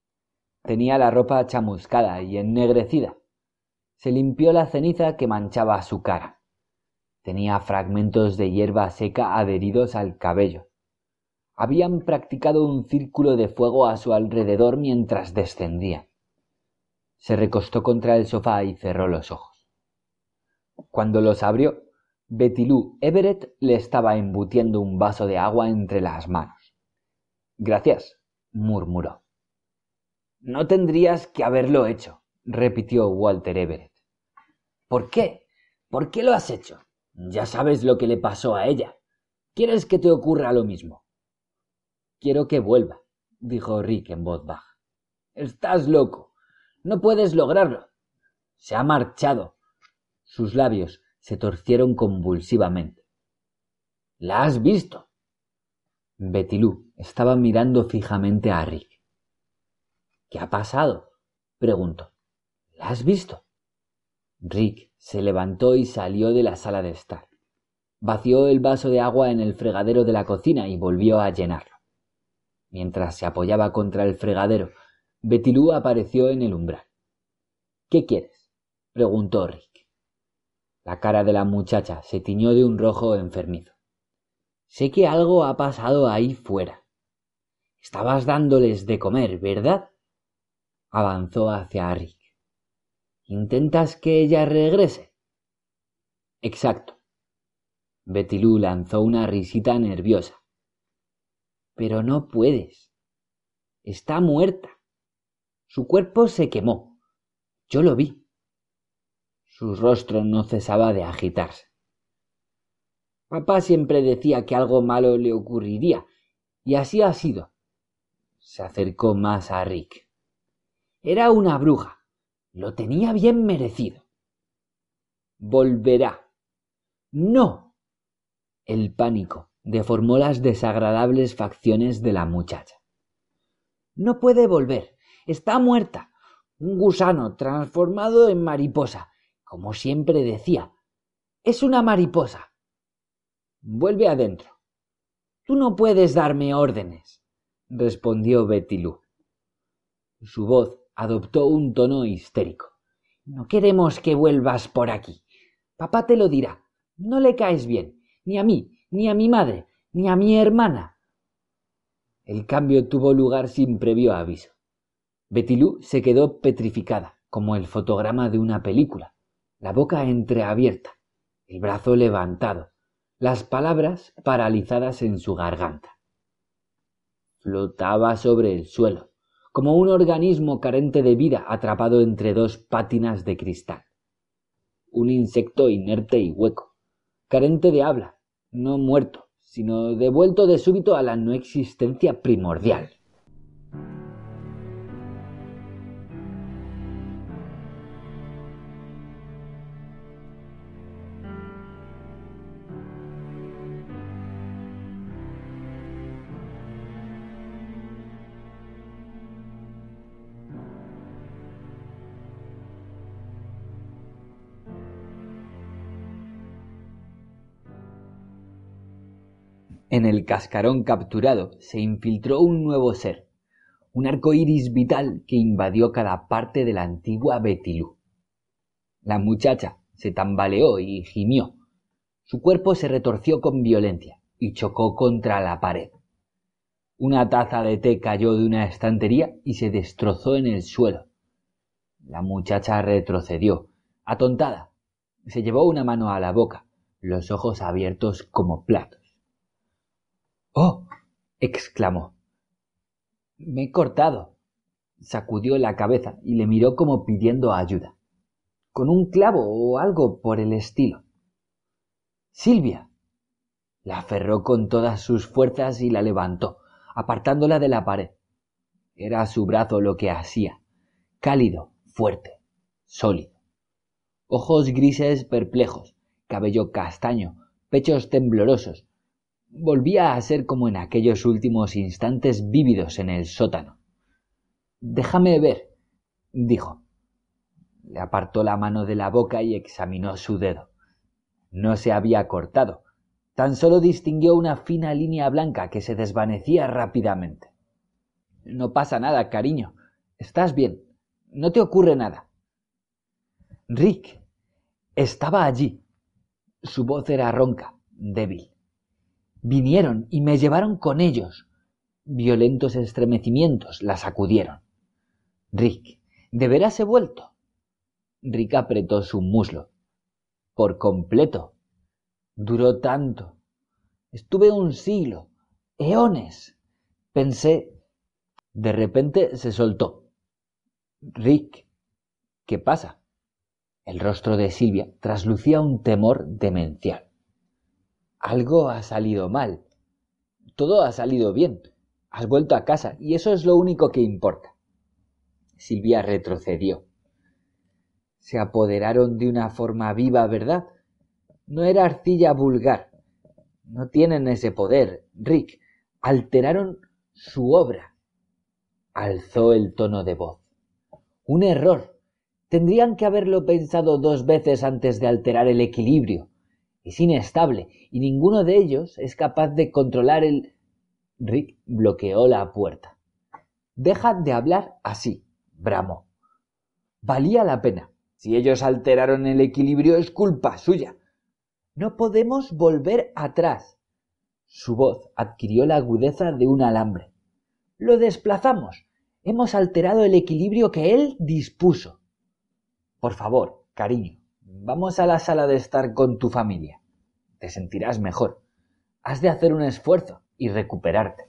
Tenía la ropa chamuscada y ennegrecida. Se limpió la ceniza que manchaba su cara. Tenía fragmentos de hierba seca adheridos al cabello. Habían practicado un círculo de fuego a su alrededor mientras descendían. Se recostó contra el sofá y cerró los ojos. Cuando los abrió, Betty Lou Everett le estaba embutiendo un vaso de agua entre las manos. «Gracias», murmuró. «No tendrías que haberlo hecho», repitió Walter Everett. «¿Por qué? ¿Por qué lo has hecho? Ya sabes lo que le pasó a ella. ¿Quieres que te ocurra lo mismo?» «Quiero que vuelva», dijo Rick en voz baja. «Estás loco. No puedes lograrlo. Se ha marchado». Sus labios se torcieron convulsivamente. «¿La has visto?» Betty Lou estaba mirando fijamente a Rick. «¿Qué ha pasado?», preguntó. «¿La has visto?» Rick se levantó y salió de la sala de estar. Vació el vaso de agua en el fregadero de la cocina y volvió a llenarlo. Mientras se apoyaba contra el fregadero, Betty Lou apareció en el umbral. «¿Qué quieres?», preguntó Rick. La cara de la muchacha se tiñó de un rojo enfermizo. «Sé que algo ha pasado ahí fuera. Estabas dándoles de comer, ¿verdad?». Avanzó hacia Rick. «¿Intentas que ella regrese?». «Exacto». Betty Lou lanzó una risita nerviosa. «Pero no puedes. Está muerta. Su cuerpo se quemó. Yo lo vi». Su rostro no cesaba de agitarse. «Papá siempre decía que algo malo le ocurriría, y así ha sido». Se acercó más a Rick. «Era una bruja. Lo tenía bien merecido». «Volverá». «No». El pánico deformó las desagradables facciones de la muchacha. «No puede volver. Está muerta. Un gusano transformado en mariposa, como siempre decía. Es una mariposa. Vuelve adentro. Tú no puedes darme órdenes, respondió Betty Lou. Su voz adoptó un tono histérico. No queremos que vuelvas por aquí. Papá te lo dirá. No le caes bien, ni a mí, ni a mi madre, ni a mi hermana. El cambio tuvo lugar sin previo aviso. Betty Lou se quedó petrificada, como el fotograma de una película, la boca entreabierta, el brazo levantado, las palabras paralizadas en su garganta. Flotaba sobre el suelo, como un organismo carente de vida atrapado entre dos pátinas de cristal. Un insecto inerte y hueco, carente de habla, no muerto, sino devuelto de súbito a la no existencia primordial. En el cascarón capturado se infiltró un nuevo ser, un arco iris vital que invadió cada parte de la antigua Betty Lou. La muchacha se tambaleó y gimió. Su cuerpo se retorció con violencia y chocó contra la pared. Una taza de té cayó de una estantería y se destrozó en el suelo. La muchacha retrocedió, atontada. Se llevó una mano a la boca, los ojos abiertos como platos. ¡Oh! Exclamó. Me he cortado. Sacudió la cabeza y le miró como pidiendo ayuda. Con un clavo o algo por el estilo. Silvia. La aferró con todas sus fuerzas y la levantó, apartándola de la pared. Era su brazo lo que hacía, cálido, fuerte, sólido. Ojos grises perplejos, cabello castaño, pechos temblorosos. Volvía a ser como en aquellos últimos instantes vívidos en el sótano. Déjame ver, dijo. Le apartó la mano de la boca y examinó su dedo. No se había cortado, tan solo distinguió una fina línea blanca que se desvanecía rápidamente. No pasa nada, cariño. Estás bien. No te ocurre nada. Rick estaba allí. Su voz era ronca, débil. Vinieron y me llevaron con ellos. Violentos estremecimientos la sacudieron. Rick, ¿de veras he vuelto? Rick apretó su muslo. Por completo. Duró tanto. Estuve un siglo, eones. Pensé. De repente se soltó. Rick, ¿qué pasa? El rostro de Silvia traslucía un temor demencial. Algo ha salido mal. Todo ha salido bien. Has vuelto a casa y eso es lo único que importa. Silvia retrocedió. Se apoderaron de una forma viva, ¿verdad? No era arcilla vulgar. No tienen ese poder, Rick. Alteraron su obra. Alzó el tono de voz. Un error. Tendrían que haberlo pensado 2 veces antes de alterar el equilibrio. Es inestable y ninguno de ellos es capaz de controlar el... Rick bloqueó la puerta. Deja de hablar así, bramó. Valía la pena. Si ellos alteraron el equilibrio es culpa suya. No podemos volver atrás. Su voz adquirió la agudeza de un alambre. Lo desplazamos. Hemos alterado el equilibrio que él dispuso. Por favor, cariño, vamos a la sala de estar con tu familia. Te sentirás mejor. Has de hacer un esfuerzo y recuperarte.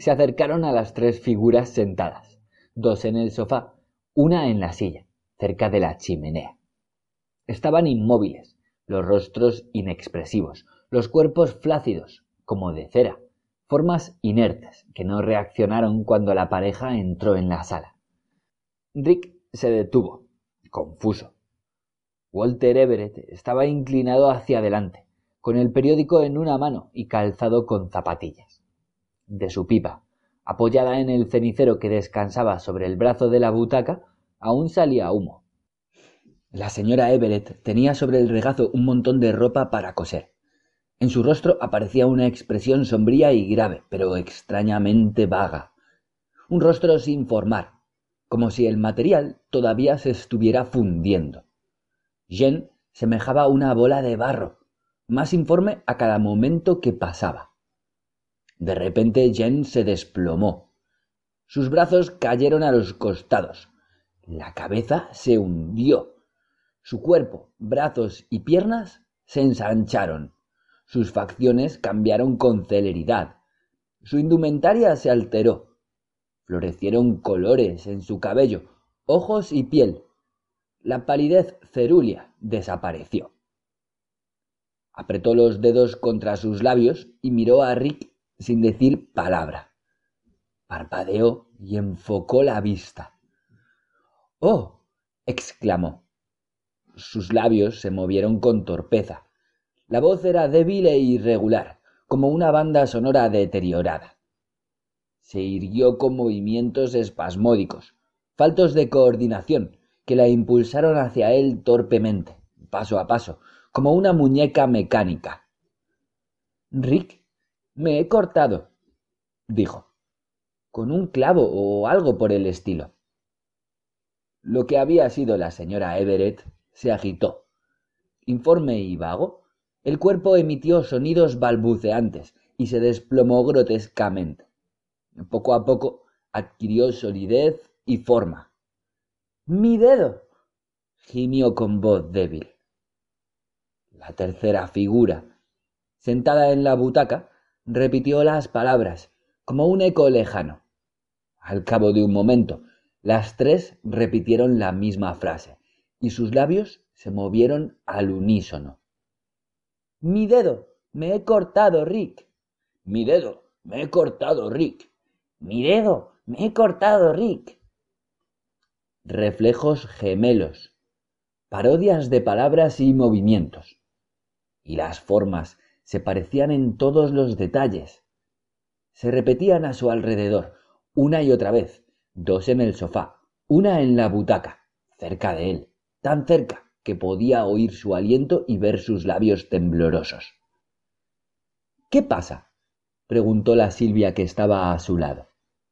Se acercaron a las 3 figuras sentadas, 2 en el sofá, una en la silla, cerca de la chimenea. Estaban inmóviles, los rostros inexpresivos, los cuerpos flácidos, como de cera, formas inertes que no reaccionaron cuando la pareja entró en la sala. Rick se detuvo, confuso. Walter Everett estaba inclinado hacia adelante, con el periódico en una mano y calzado con zapatillas. De su pipa, apoyada en el cenicero que descansaba sobre el brazo de la butaca, aún salía humo. La señora Everett tenía sobre el regazo un montón de ropa para coser. En su rostro aparecía una expresión sombría y grave, pero extrañamente vaga. Un rostro sin formar, como si el material todavía se estuviera fundiendo. Jen semejaba una bola de barro, más informe a cada momento que pasaba. De repente Jen se desplomó. Sus brazos cayeron a los costados. La cabeza se hundió. Su cuerpo, brazos y piernas se ensancharon. Sus facciones cambiaron con celeridad. Su indumentaria se alteró. Florecieron colores en su cabello, ojos y piel. La palidez cerúlea desapareció. Apretó los dedos contra sus labios y miró a Rick sin decir palabra. Parpadeó y enfocó la vista. ¡Oh! Exclamó. Sus labios se movieron con torpeza. La voz era débil e irregular, como una banda sonora deteriorada. Se irguió con movimientos espasmódicos, faltos de coordinación, que la impulsaron hacia él torpemente, paso a paso, como una muñeca mecánica. Rick, me he cortado, dijo, con un clavo o algo por el estilo. Lo que había sido la señora Everett se agitó. Informe y vago, el cuerpo emitió sonidos balbuceantes y se desplomó grotescamente. Poco a poco adquirió solidez y forma. ¡Mi dedo!, gimió con voz débil. La tercera figura, sentada en la butaca, repitió las palabras, como un eco lejano. Al cabo de un momento, las 3 repitieron la misma frase, y sus labios se movieron al unísono. ¡Mi dedo! ¡Me he cortado, Rick! ¡Mi dedo! ¡Me he cortado, Rick! ¡Mi dedo! ¡Me he cortado, Rick! Reflejos gemelos, parodias de palabras y movimientos. Y las formas se parecían en todos los detalles. Se repetían a su alrededor, una y otra vez, 2 en el sofá, una en la butaca, cerca de él, tan cerca que podía oír su aliento y ver sus labios temblorosos. ¿Qué pasa?, preguntó la Silvia que estaba a su lado.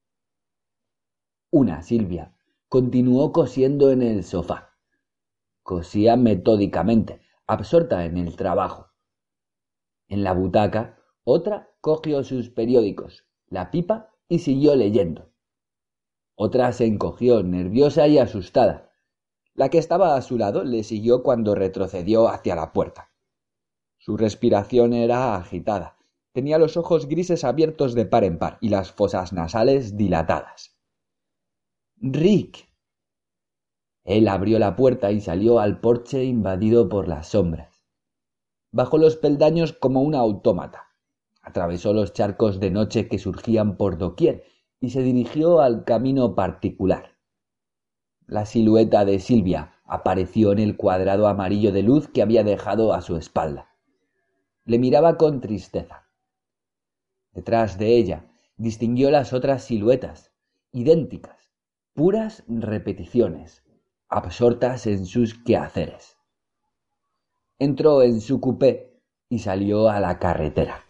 Una Silvia continuó cosiendo en el sofá. Cosía metódicamente, absorta en el trabajo. En la butaca, otra cogió sus periódicos, la pipa y siguió leyendo. Otra se encogió, nerviosa y asustada. La que estaba a su lado le siguió cuando retrocedió hacia la puerta. Su respiración era agitada. Tenía los ojos grises abiertos de par en par y las fosas nasales dilatadas. «Rick». Él abrió la puerta y salió al porche invadido por las sombras. Bajó los peldaños como un autómata. Atravesó los charcos de noche que surgían por doquier y se dirigió al camino particular. La silueta de Silvia apareció en el cuadrado amarillo de luz que había dejado a su espalda. Le miraba con tristeza. Detrás de ella distinguió las otras siluetas, idénticas, puras repeticiones, absortas en sus quehaceres. Entró en su coupé y salió a la carretera.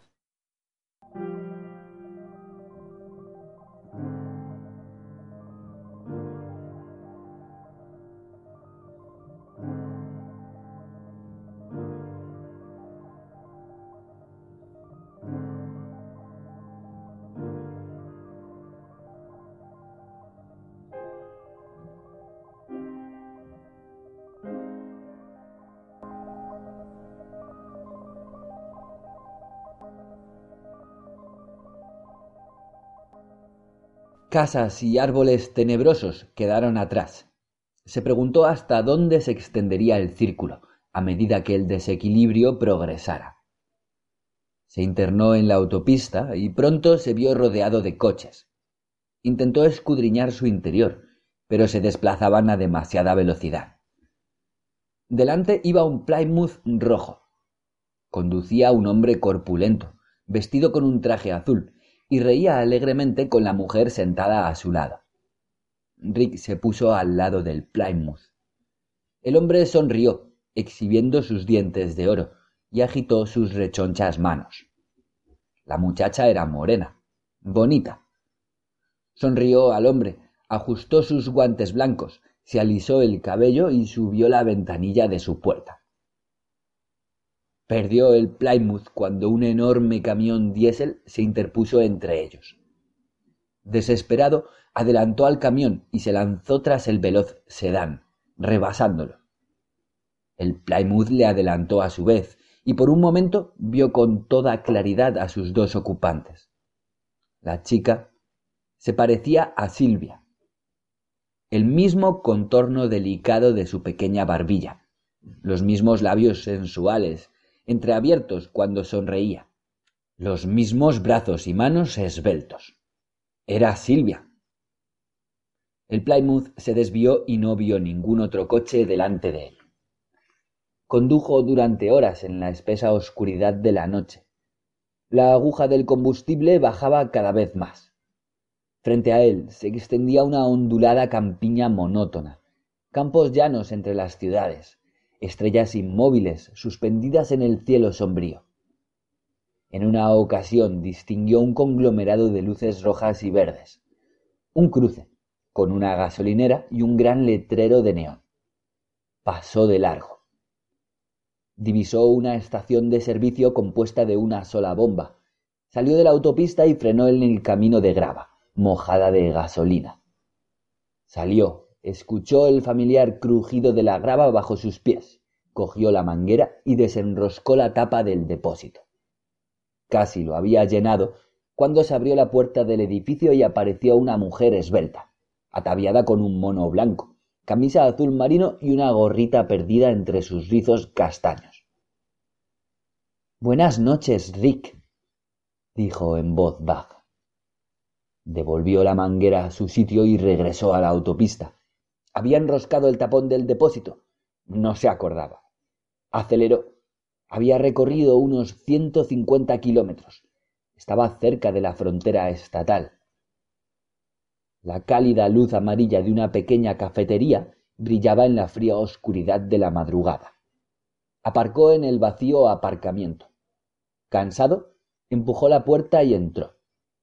Casas y árboles tenebrosos quedaron atrás. Se preguntó hasta dónde se extendería el círculo a medida que el desequilibrio progresara. Se internó en la autopista y pronto se vio rodeado de coches. Intentó escudriñar su interior, pero se desplazaban a demasiada velocidad. Delante iba un Plymouth rojo. Conducía un hombre corpulento, vestido con un traje azul, y reía alegremente con la mujer sentada a su lado. Rick se puso al lado del Plymouth. El hombre sonrió, exhibiendo sus dientes de oro, y agitó sus rechonchas manos. La muchacha era morena, bonita. Sonrió al hombre, ajustó sus guantes blancos, se alisó el cabello y subió la ventanilla de su puerta. Perdió el Plymouth cuando un enorme camión diésel se interpuso entre ellos. Desesperado, adelantó al camión y se lanzó tras el veloz sedán, rebasándolo. El Plymouth le adelantó a su vez, y por un momento vio con toda claridad a sus dos ocupantes. La chica se parecía a Silvia. El mismo contorno delicado de su pequeña barbilla, los mismos labios sensuales, entreabiertos cuando sonreía, los mismos brazos y manos esbeltos. Era Silvia. El Plymouth se desvió y no vio ningún otro coche delante de él. Condujo durante horas en la espesa oscuridad de la noche. La aguja del combustible bajaba cada vez más. Frente a él se extendía una ondulada campiña monótona, campos llanos entre las ciudades, estrellas inmóviles suspendidas en el cielo sombrío. En una ocasión distinguió un conglomerado de luces rojas y verdes, un cruce, con una gasolinera y un gran letrero de neón. Pasó de largo. Divisó una estación de servicio compuesta de una sola bomba. Salió de la autopista y frenó en el camino de grava, mojada de gasolina. Salió, escuchó el familiar crujido de la grava bajo sus pies, cogió la manguera y desenroscó la tapa del depósito. Casi lo había llenado cuando se abrió la puerta del edificio y apareció una mujer esbelta, ataviada con un mono blanco, camisa azul marino y una gorrita perdida entre sus rizos castaños. «Buenas noches, Rick», dijo en voz baja. Devolvió la manguera a su sitio y regresó a la autopista. Había enroscado el tapón del depósito. No se acordaba. Aceleró. Había recorrido unos 150 kilómetros. Estaba cerca de la frontera estatal. La cálida luz amarilla de una pequeña cafetería brillaba en la fría oscuridad de la madrugada. Aparcó en el vacío aparcamiento. Cansado, empujó la puerta y entró.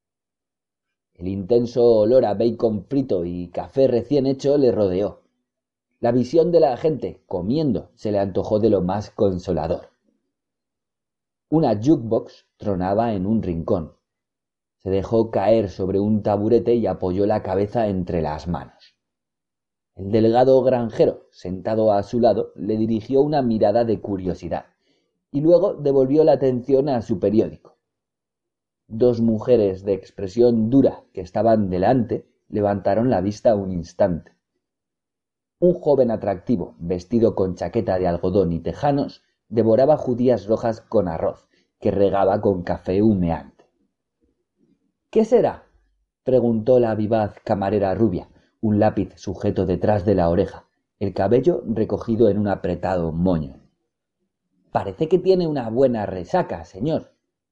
El intenso olor a bacon frito y café recién hecho le rodeó. La visión de la gente comiendo se le antojó de lo más consolador. Una jukebox tronaba en un rincón. Se dejó caer sobre un taburete y apoyó la cabeza entre las manos. El delgado granjero, sentado a su lado, le dirigió una mirada de curiosidad y luego devolvió la atención a su periódico. Dos mujeres de expresión dura que estaban delante levantaron la vista un instante. Un joven atractivo, vestido con chaqueta de algodón y tejanos, devoraba judías rojas con arroz, que regaba con café humeante. «¿Qué será?», preguntó la vivaz camarera rubia, un lápiz sujeto detrás de la oreja, el cabello recogido en un apretado moño. «Parece que tiene una buena resaca, señor».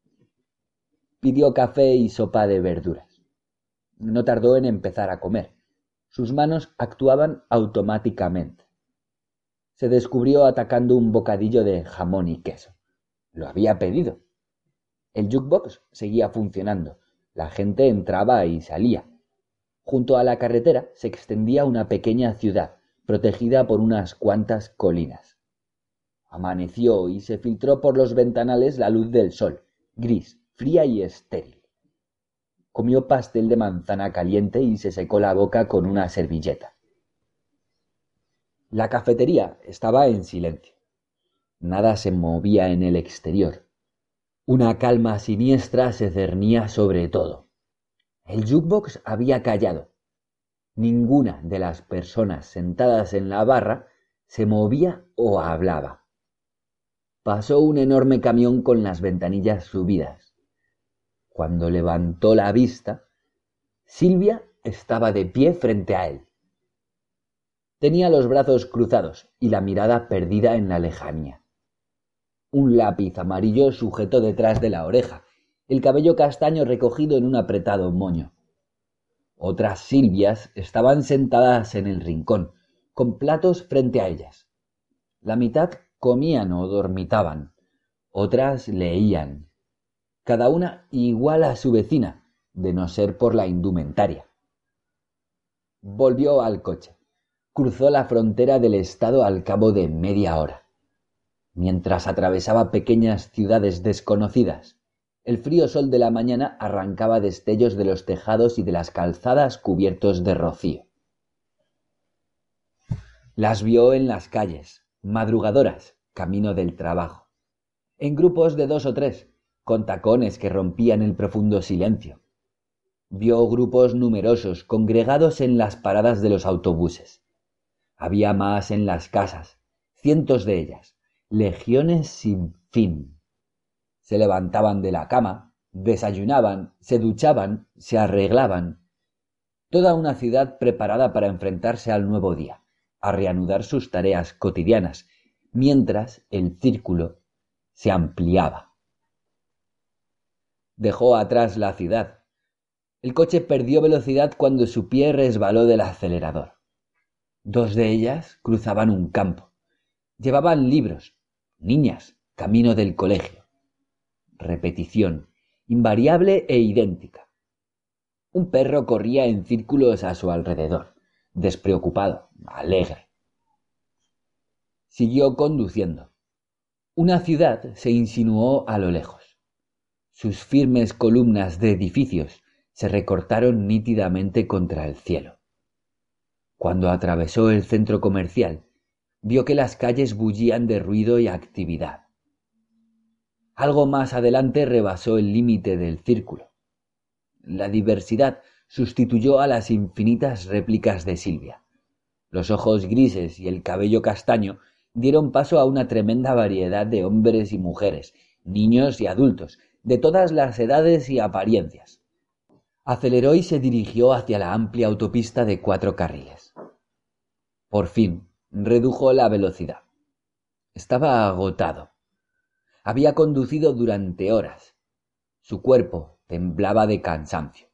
Pidió café y sopa de verduras. No tardó en empezar a comer. Sus manos actuaban automáticamente. Se descubrió atacando un bocadillo de jamón y queso. Lo había pedido. El jukebox seguía funcionando. La gente entraba y salía. Junto a la carretera se extendía una pequeña ciudad, protegida por unas cuantas colinas. Amaneció y se filtró por los ventanales la luz del sol, gris, fría y estéril. Comió pastel de manzana caliente y se secó la boca con una servilleta. La cafetería estaba en silencio. Nada se movía en el exterior. Una calma siniestra se cernía sobre todo. El jukebox había callado. Ninguna de las personas sentadas en la barra se movía o hablaba. Pasó un enorme camión con las ventanillas subidas. Cuando levantó la vista, Silvia estaba de pie frente a él. Tenía los brazos cruzados y la mirada perdida en la lejanía. Un lápiz amarillo sujeto detrás de la oreja, el cabello castaño recogido en un apretado moño. Otras Silvias estaban sentadas en el rincón, con platos frente a ellas. La mitad comían o dormitaban, otras leían, cada una igual a su vecina, de no ser por la indumentaria. Volvió al coche. Cruzó la frontera del estado al cabo de media hora. Mientras atravesaba pequeñas ciudades desconocidas, el frío sol de la mañana arrancaba destellos de los tejados y de las calzadas cubiertos de rocío. Las vio en las calles, madrugadoras, camino del trabajo, en grupos de 2 o 3, con tacones que rompían el profundo silencio. Vio grupos numerosos congregados en las paradas de los autobuses. Había más en las casas, cientos de ellas, legiones sin fin. Se levantaban de la cama, desayunaban, se duchaban, se arreglaban. Toda una ciudad preparada para enfrentarse al nuevo día, a reanudar sus tareas cotidianas, mientras el círculo se ampliaba. Dejó atrás la ciudad. El coche perdió velocidad cuando su pie resbaló del acelerador. 2 de ellas cruzaban un campo. Llevaban libros, niñas, camino del colegio. Repetición, invariable e idéntica. Un perro corría en círculos a su alrededor, despreocupado, alegre. Siguió conduciendo. Una ciudad se insinuó a lo lejos. Sus firmes columnas de edificios se recortaron nítidamente contra el cielo. Cuando atravesó el centro comercial, vio que las calles bullían de ruido y actividad. Algo más adelante rebasó el límite del círculo. La diversidad sustituyó a las infinitas réplicas de Silvia. Los ojos grises y el cabello castaño dieron paso a una tremenda variedad de hombres y mujeres, niños y adultos, de todas las edades y apariencias. Aceleró y se dirigió hacia la amplia autopista de 4 carriles. Por fin, redujo la velocidad. Estaba agotado. Había conducido durante horas. Su cuerpo temblaba de cansancio.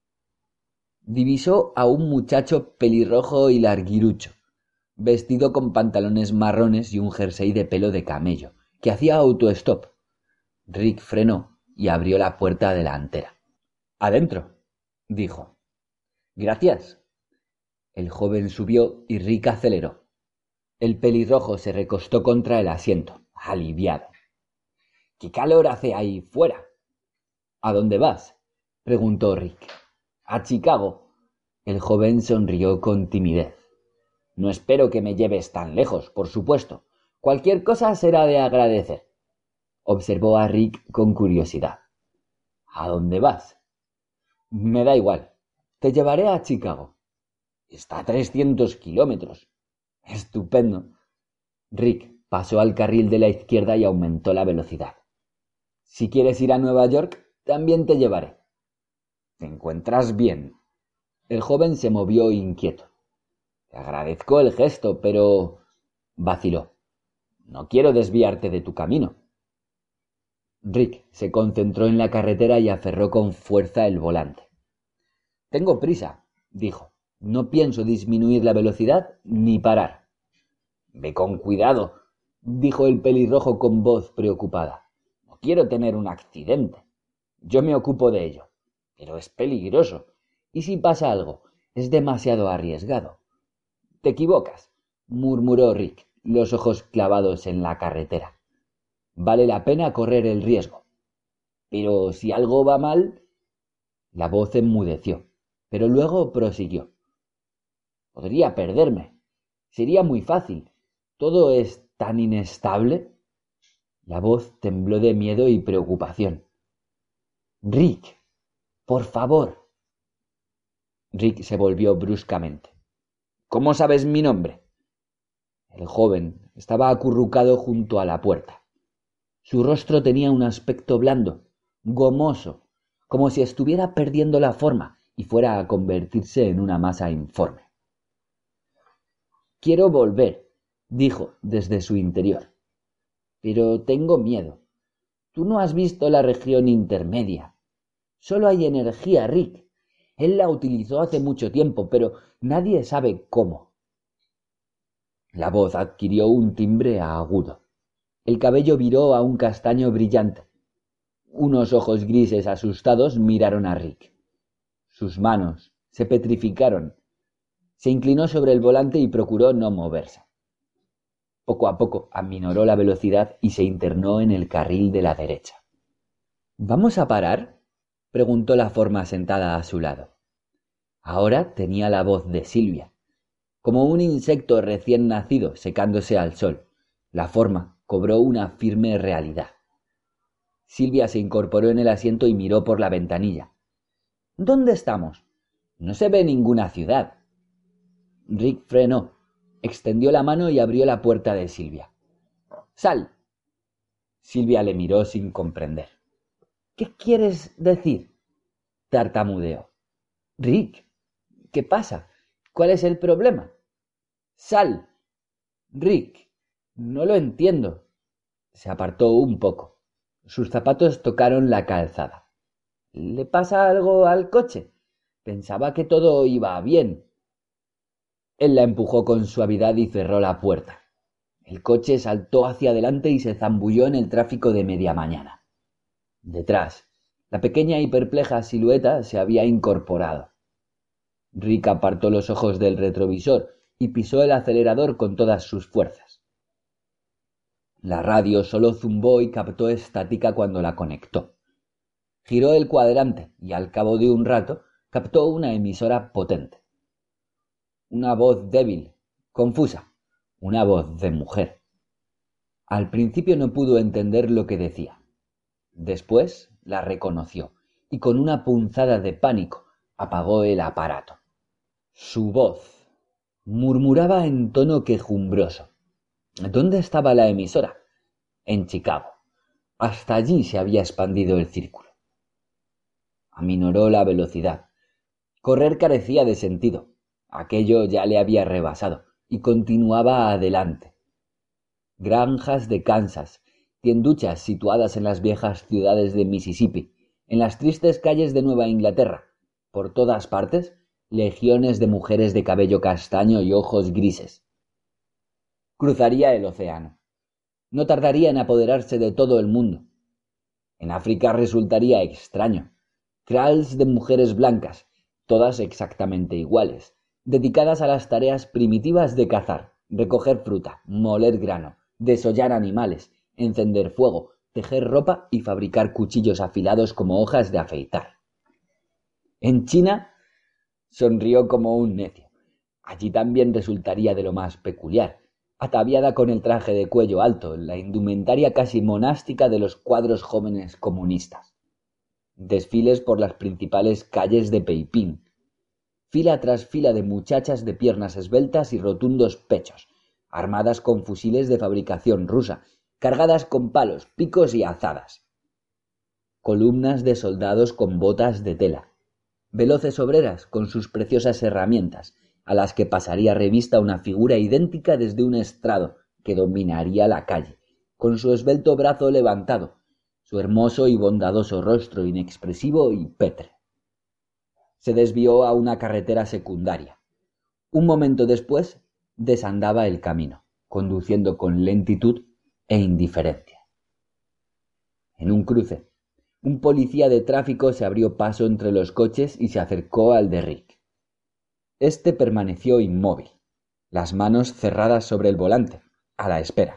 Divisó a un muchacho pelirrojo y larguirucho, vestido con pantalones marrones y un jersey de pelo de camello, que hacía autostop. Rick frenó y abrió la puerta delantera. «Adentro», dijo. «Gracias». El joven subió y Rick aceleró. El pelirrojo se recostó contra el asiento, aliviado. «¿Qué calor hace ahí fuera?» «¿A dónde vas?», preguntó Rick. «A Chicago». El joven sonrió con timidez. «No espero que me lleves tan lejos, por supuesto. Cualquier cosa será de agradecer». Observó a Rick con curiosidad. «¿A dónde vas?» «Me da igual. Te llevaré a Chicago». «Está a 300 kilómetros». «Estupendo». Rick pasó al carril de la izquierda y aumentó la velocidad. «Si quieres ir a Nueva York, también te llevaré». «¿Te encuentras bien?» El joven se movió inquieto. «Te agradezco el gesto, pero...» vaciló. «No quiero desviarte de tu camino». Rick se concentró en la carretera y aferró con fuerza el volante. «Tengo prisa», dijo. «No pienso disminuir la velocidad ni parar». «Ve con cuidado», dijo el pelirrojo con voz preocupada. «No quiero tener un accidente. Yo me ocupo de ello. Pero es peligroso. ¿Y si pasa algo? Es demasiado arriesgado». «Te equivocas», murmuró Rick, los ojos clavados en la carretera. «Vale la pena correr el riesgo». «Pero si algo va mal...» La voz enmudeció, pero luego prosiguió. «Podría perderme. Sería muy fácil. Todo es tan inestable». La voz tembló de miedo y preocupación. «Rick, por favor». Rick se volvió bruscamente. ¿Cómo sabes mi nombre? El joven estaba acurrucado junto a la puerta. Su rostro tenía un aspecto blando, gomoso, como si estuviera perdiendo la forma y fuera a convertirse en una masa informe. Quiero volver, dijo desde su interior, pero tengo miedo. Tú no has visto la región intermedia. Solo hay energía, Rick. Él la utilizó hace mucho tiempo, pero nadie sabe cómo. La voz adquirió un timbre agudo. El cabello viró a un castaño brillante. Unos ojos grises asustados miraron a Rick. Sus manos se petrificaron. Se inclinó sobre el volante y procuró no moverse. Poco a poco aminoró la velocidad y se internó en el carril de la derecha. ¿Vamos a parar?, preguntó la forma sentada a su lado. Ahora tenía la voz de Silvia. Como un insecto recién nacido secándose al sol, la forma cobró una firme realidad. Silvia se incorporó en el asiento y miró por la ventanilla. ¿Dónde estamos? No se ve ninguna ciudad. Rick frenó, extendió la mano y abrió la puerta de Silvia. ¡Sal! Silvia le miró sin comprender. ¿Qué quieres decir?, tartamudeó. Rick, ¿qué pasa? ¿Cuál es el problema? ¡Sal! Rick, no lo entiendo. Se apartó un poco. Sus zapatos tocaron la calzada. ¿Le pasa algo al coche? Pensaba que todo iba bien. Él la empujó con suavidad y cerró la puerta. El coche saltó hacia adelante y se zambulló en el tráfico de media mañana. Detrás, la pequeña y perpleja silueta se había incorporado. Rick apartó los ojos del retrovisor y pisó el acelerador con todas sus fuerzas. La radio solo zumbó y captó estática cuando la conectó. Giró el cuadrante y al cabo de un rato captó una emisora potente. Una voz débil, confusa, una voz de mujer. Al principio no pudo entender lo que decía. Después la reconoció y con una punzada de pánico apagó el aparato. Su voz murmuraba en tono quejumbroso. ¿Dónde estaba la emisora? En Chicago. Hasta allí se había expandido el círculo. Aminoró la velocidad. Correr carecía de sentido. Aquello ya le había rebasado y continuaba adelante. Granjas de Kansas, tienduchas situadas en las viejas ciudades de Mississippi, en las tristes calles de Nueva Inglaterra, por todas partes, legiones de mujeres de cabello castaño y ojos grises. Cruzaría el océano. No tardaría en apoderarse de todo el mundo. En África resultaría extraño. Kraals de mujeres blancas, todas exactamente iguales, dedicadas a las tareas primitivas de cazar, recoger fruta, moler grano, desollar animales, encender fuego, tejer ropa y fabricar cuchillos afilados como hojas de afeitar. En China sonrió como un necio. Allí también resultaría de lo más peculiar, ataviada con el traje de cuello alto, la indumentaria casi monástica de los cuadros jóvenes comunistas. Desfiles por las principales calles de Peipín. Fila tras fila de muchachas de piernas esbeltas y rotundos pechos, armadas con fusiles de fabricación rusa, cargadas con palos, picos y azadas. Columnas de soldados con botas de tela. Veloces obreras con sus preciosas herramientas, a las que pasaría revista una figura idéntica desde un estrado que dominaría la calle, con su esbelto brazo levantado, su hermoso y bondadoso rostro inexpresivo y pétreo. Se desvió a una carretera secundaria. Un momento después desandaba el camino, conduciendo con lentitud e indiferencia. En un cruce, un policía de tráfico se abrió paso entre los coches y se acercó al de Rick. Este permaneció inmóvil, las manos cerradas sobre el volante, a la espera.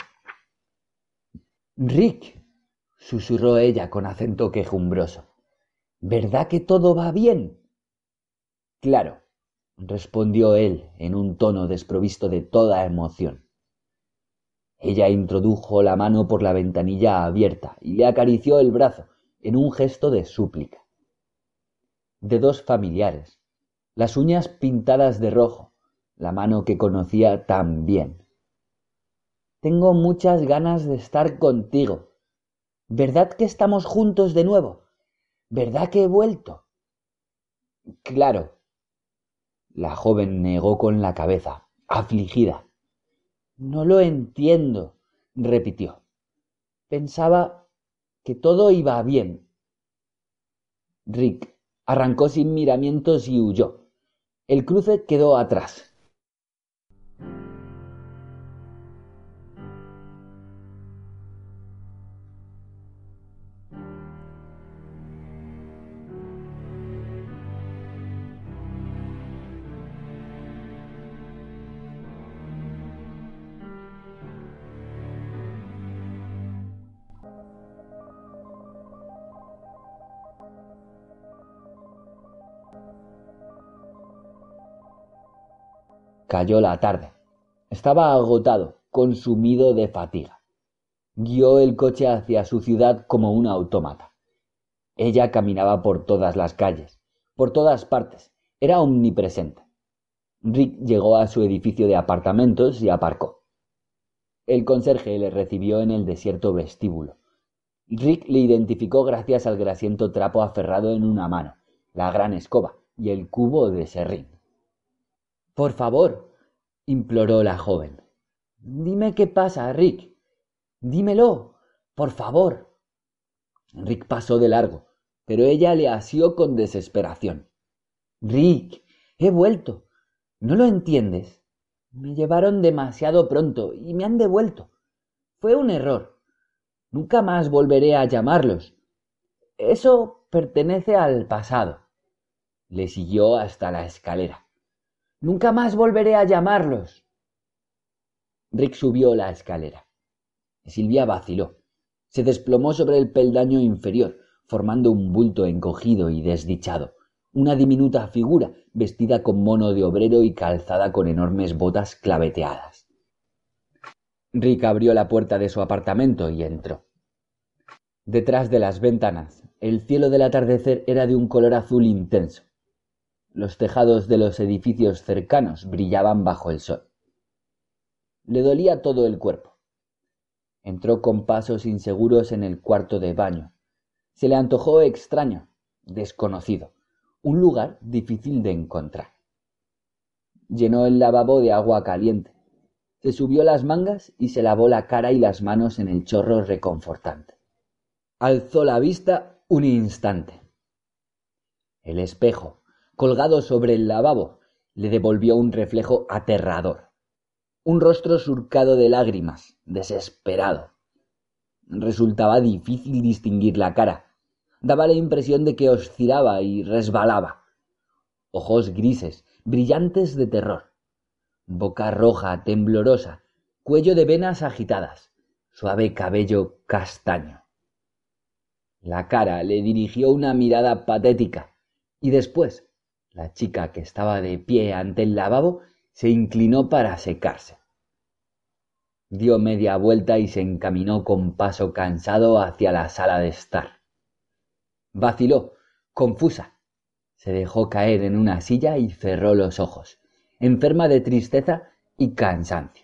«Rick», susurró ella con acento quejumbroso, «¿verdad que todo va bien?» «Claro», respondió él en un tono desprovisto de toda emoción. Ella introdujo la mano por la ventanilla abierta y le acarició el brazo en un gesto de súplica. De dos familiares, las uñas pintadas de rojo, la mano que conocía tan bien. Tengo muchas ganas de estar contigo. ¿Verdad que estamos juntos de nuevo? ¿Verdad que he vuelto? Claro. La joven negó con la cabeza, afligida. No lo entiendo, repitió. Pensaba que todo iba bien. Rick arrancó sin miramientos y huyó. El cruce quedó atrás. Cayó la tarde. Estaba agotado, consumido de fatiga. Guió el coche hacia su ciudad como un autómata. Ella caminaba por todas las calles, por todas partes. Era omnipresente. Rick llegó a su edificio de apartamentos y aparcó. El conserje le recibió en el desierto vestíbulo. Rick le identificó gracias al grasiento trapo aferrado en una mano, la gran escoba y el cubo de serrín. Por favor, imploró la joven. Dime qué pasa, Rick. Dímelo, por favor. Rick pasó de largo, pero ella le asió con desesperación. Rick, he vuelto. ¿No lo entiendes? Me llevaron demasiado pronto y me han devuelto. Fue un error. Nunca más volveré a llamarlos. Eso pertenece al pasado. Le siguió hasta la escalera. Nunca más volveré a llamarlos. Rick subió la escalera. Silvia vaciló. Se desplomó sobre el peldaño inferior, formando un bulto encogido y desdichado. Una diminuta figura, vestida con mono de obrero y calzada con enormes botas claveteadas. Rick abrió la puerta de su apartamento y entró. Detrás de las ventanas, el cielo del atardecer era de un color azul intenso. Los tejados de los edificios cercanos brillaban bajo el sol. Le dolía todo el cuerpo. Entró con pasos inseguros en el cuarto de baño. Se le antojó extraño, desconocido, un lugar difícil de encontrar. Llenó el lavabo de agua caliente. Se subió las mangas y se lavó la cara y las manos en el chorro reconfortante. Alzó la vista un instante. El espejo, colgado sobre el lavabo, le devolvió un reflejo aterrador. Un rostro surcado de lágrimas, desesperado. Resultaba difícil distinguir la cara. Daba la impresión de que oscilaba y resbalaba. Ojos grises, brillantes de terror. Boca roja, temblorosa, cuello de venas agitadas, suave cabello castaño. La cara le dirigió una mirada patética y después la chica que estaba de pie ante el lavabo se inclinó para secarse. Dio media vuelta y se encaminó con paso cansado hacia la sala de estar. Vaciló, confusa. Se dejó caer en una silla y cerró los ojos, enferma de tristeza y cansancio.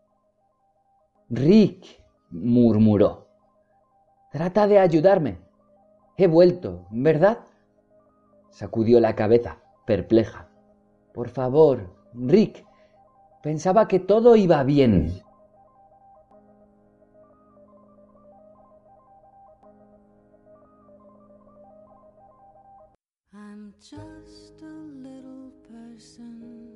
Rick, murmuró. Trata de ayudarme. He vuelto, ¿verdad? Sacudió la cabeza, perpleja. Por favor, Rick. Pensaba que todo iba bien. I'm just a little person,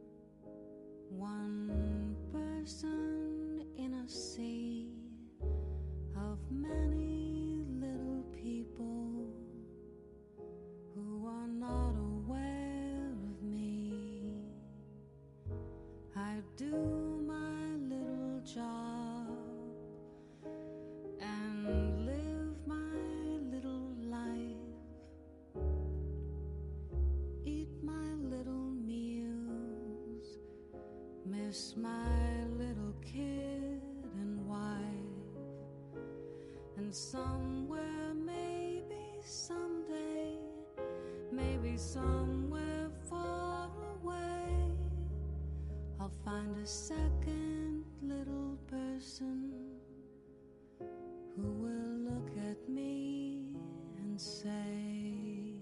one person in a sea of many little people who are not aware of me. I do my little job and live my little life, eat my little meals, miss my little kid and wife, and somewhere, maybe someday, maybe somewhere far find a second little person who will look at me and say,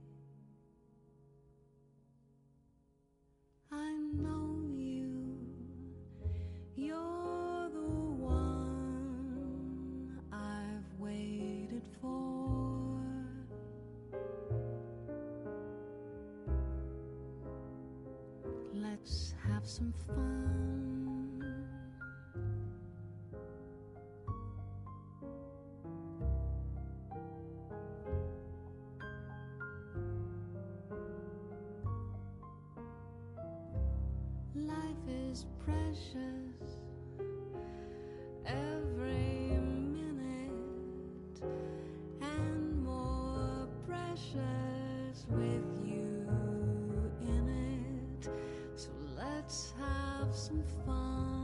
I know you, you're the one I've waited for. Let's have some fun. Life is precious, every minute, and more precious with you in it. So let's have some fun.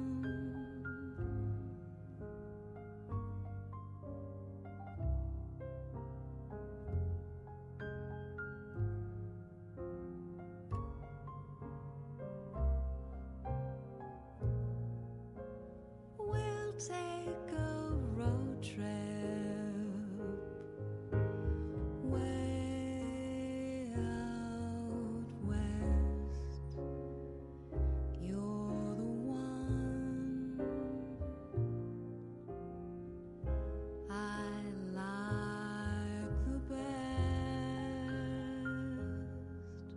We'll take a road trip way out west. You're the one I like the best.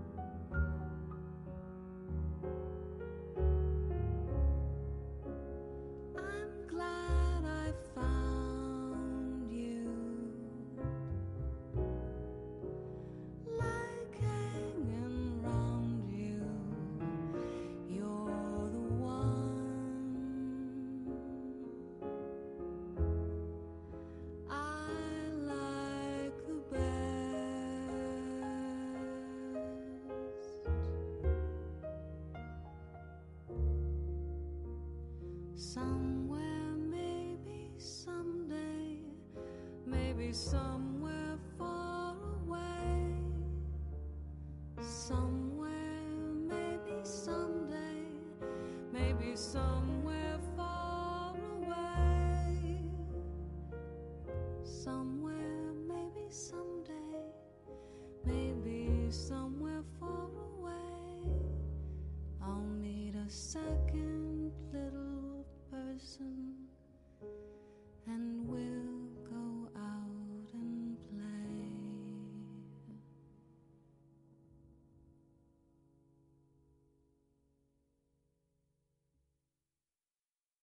I'm glad I found you, like hanging round you. You're the one I like the best. Somewhere, maybe someday, maybe somewhere far away. Somewhere, maybe someday, maybe someday.